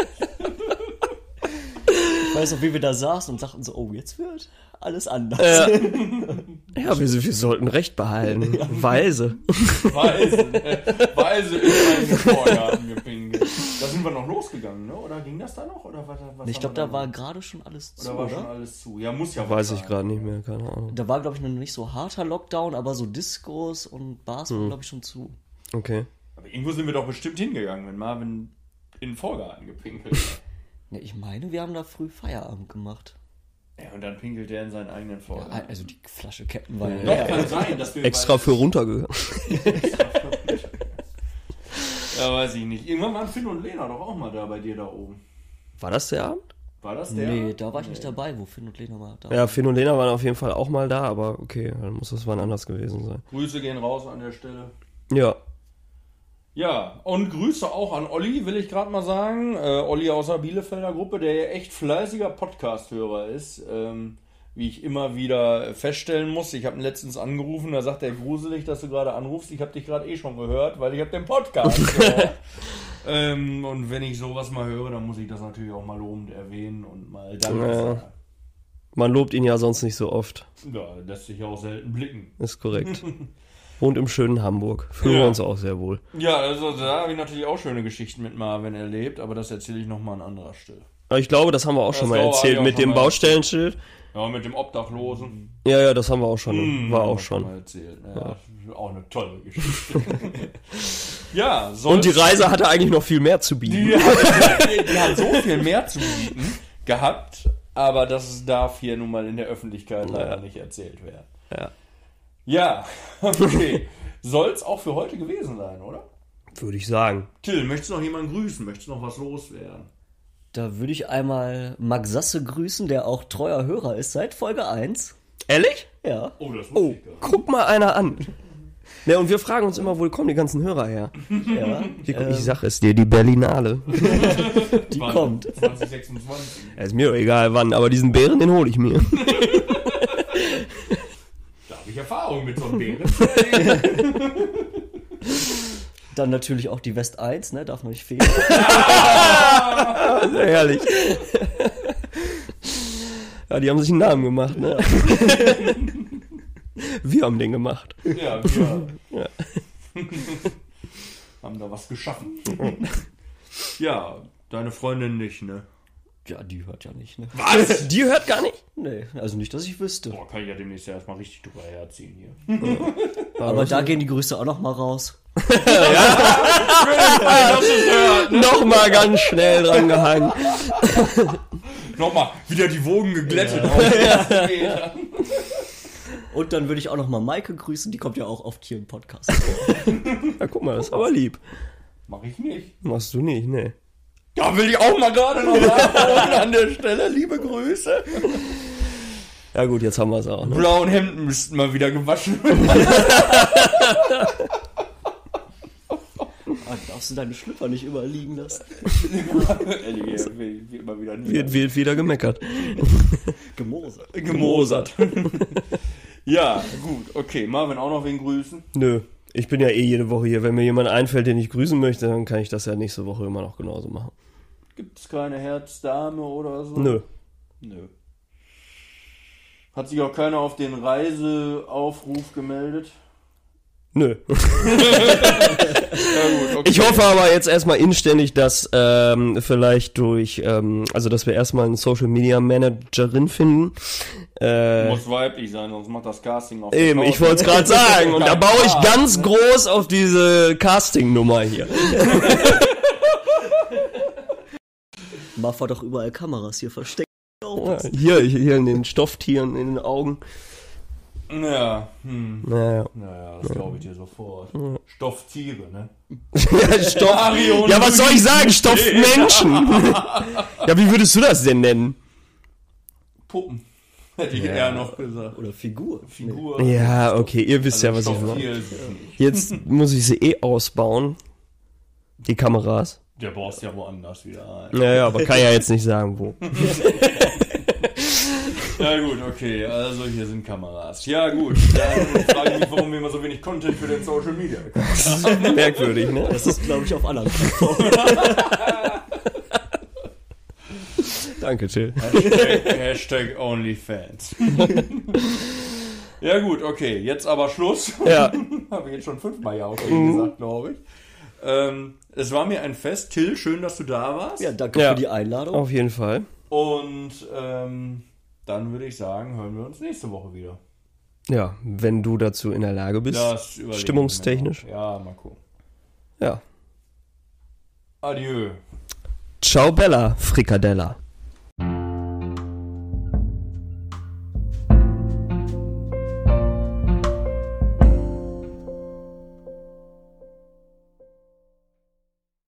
ich weiß noch, wie wir da saßen und sagten so, oh, jetzt wird alles anders. Ja, ja wir, wir sollten Recht behalten. Weise. Weise, äh, Weise in einen Vorgarten gepinkelt. Da sind wir noch losgegangen, ne? Oder ging das da noch? Oder was, was Ich haben glaube, wir da war gerade schon alles zu, Oder war oder? schon alles zu? Ja, muss ja Weiß was ich sein. gerade nicht mehr, keine Ahnung. Da war, glaube ich, noch nicht so harter Lockdown, aber so Discos und Bars Hm. waren, glaube ich, schon zu. Okay. Aber irgendwo sind wir doch bestimmt hingegangen, wenn Marvin in den Vorgarten gepinkelt hat. Ja, ich meine, wir haben da früh Feierabend gemacht. Ja, und dann pinkelt er in seinen eigenen Vorgarten. Also die Flasche Captain war ja Doch, leer. kann sein, dass wir Extra bei- für runtergegangen. Ja, weiß ich nicht. Irgendwann waren Finn und Lena doch auch mal da bei dir da oben. War das der Abend? War das der? Nee, da war ich nicht dabei, wo Finn und Lena mal da Ja, Finn und Lena waren auf jeden Fall auch mal da, aber okay, dann muss das wann anders gewesen sein. Grüße gehen raus an der Stelle. Ja. Ja, und Grüße auch an Olli, will ich gerade mal sagen. Äh, Olli aus der Bielefelder Gruppe, der ja echt fleißiger Podcast-Hörer ist. Ähm, wie ich immer wieder feststellen muss. Ich habe ihn letztens angerufen, da sagt er, gruselig, dass du gerade anrufst. Ich habe dich gerade eh schon gehört, weil ich habe den Podcast gehört. ähm, und wenn ich sowas mal höre, dann muss ich das natürlich auch mal lobend erwähnen und mal Danke Ja. sagen. Man lobt ihn ja sonst nicht so oft. Ja, lässt sich auch selten blicken. Ist korrekt. Wohnt im schönen Hamburg. Fühlen Ja. wir uns auch sehr wohl. Ja, also da habe ich natürlich auch schöne Geschichten mit Marvin erlebt, aber das erzähle ich nochmal an anderer Stelle. Aber ich glaube, das haben wir auch Das schon mal glaube, erzählt hab ich auch mit schon dem mal Baustellenschild. Ja, mit dem Obdachlosen. Ja, ja, das haben wir auch schon. Hm, war haben auch wir schon. Mal erzählt. Ja, auch eine tolle Geschichte. ja, Und die Reise hatte eigentlich noch viel mehr zu bieten. Die hat, die, die hat so viel mehr zu bieten gehabt, aber das darf hier nun mal in der Öffentlichkeit leider Ja. nicht erzählt werden. Ja. Ja, okay. Soll's auch für heute gewesen sein, oder? Würde ich sagen. Till, möchtest du noch jemanden grüßen? Möchtest du noch was loswerden? Da würde ich einmal Max Sasse grüßen, der auch treuer Hörer ist seit Folge eins. Ehrlich? Ja. Oh, das Oh, ich gar nicht. guck mal einer an. Ja, und wir fragen uns immer, wo kommen die ganzen Hörer her? ja. Die, ich sag es dir, die Berlinale. Die Wann? kommt. zwanzig sechsundzwanzig. Ja, ist mir doch egal wann, aber diesen Bären, den hole ich mir. Da habe ich Erfahrung mit so einem Bären. Dann natürlich auch die West eins, ne? Darf noch nicht fehlen. Sehr herrlich. Ja, die haben sich einen Namen gemacht, ne? Wir haben den gemacht. Ja, wir Ja. haben da was geschaffen. Ja, deine Freundin nicht, ne? Ja, die hört ja nicht, ne? Was? Die hört gar nicht? Nee, also nicht, dass ich wüsste. Boah, kann ich ja demnächst ja erstmal richtig drüber herziehen hier. Aber da gehen die Grüße auch noch mal raus. Nochmal ganz schnell dran gehangen. Nochmal, wieder die Wogen geglättet. Ja. Und dann würde ich auch noch mal Maike grüßen, die kommt ja auch oft hier im Podcast vor. Ja, guck mal, das ist aber lieb. Mach ich nicht. Machst du nicht, ne? Da will ich auch mal gerade noch nachholen an der Stelle. Liebe Grüße. Ja gut, jetzt haben wir es auch, ne? Blauen Hemden müssten mal wieder gewaschen werden. Ah, darfst du deine Schlüpper nicht überall liegen lassen? Ellie, wird wird immer wieder Wird, wird wieder gemeckert. Gemosert. gemosert. Ja, gut, okay. Marvin auch noch wen grüßen? Nö, ich bin ja eh jede Woche hier. Wenn mir jemand einfällt, den ich grüßen möchte, dann kann ich das ja nächste Woche immer noch genauso machen. Gibt es keine Herzdame oder so? Nö. Nö. Hat sich auch keiner auf den Reiseaufruf gemeldet? Nö. Ja gut, okay. Ich hoffe aber jetzt erstmal inständig, dass ähm, vielleicht durch, ähm, also dass wir erstmal eine Social Media Managerin finden. Äh, Muss weiblich sein, sonst macht das Casting auf eben, ich wollte es gerade sagen. Und da baue ich ganz groß auf diese Casting-Nummer hier. Mach doch überall Kameras hier versteckt. Ja, hier, hier in den Stofftieren, in den Augen. Ja, hm. Naja. Naja, das glaube ich dir sofort. Stofftiere, ne? Ja, Stoff. Mario Ja, was soll ich sagen? Stoffmenschen. Ja, wie würdest du das denn nennen? Puppen. Hätte ich eher noch gesagt. Oder Figur. Figur. Ja, okay, ihr wisst ja, was ich meine. Stofftier ist es nicht. Jetzt muss ich sie eh ausbauen. Die Kameras. Der baust ja woanders wieder ein. Naja, aber kann ja jetzt nicht sagen, wo. Ja gut, okay, also hier sind Kameras. Ja gut, dann frage ich mich, warum wir immer so wenig Content für den Social Media bekommen. Das ist merkwürdig, ne? Das ist, glaube ich, auf anderen Plattformen. Danke, Till. Hashtag, Hashtag OnlyFans. Ja gut, okay, jetzt aber Schluss. Ja. Habe ich jetzt schon fünfmal ja auch schon gesagt, glaube ich. Ähm, es war mir ein Fest. Till, schön, dass du da warst. Ja, danke Ja. für die Einladung. Auf jeden Fall. Und ähm, dann würde ich sagen, hören wir uns nächste Woche wieder. Ja, wenn du dazu in der Lage bist. Das überlegen wir Stimmungstechnisch. noch. Ja, mal gucken. Ja. Adieu. Ciao, Bella, Frikadella.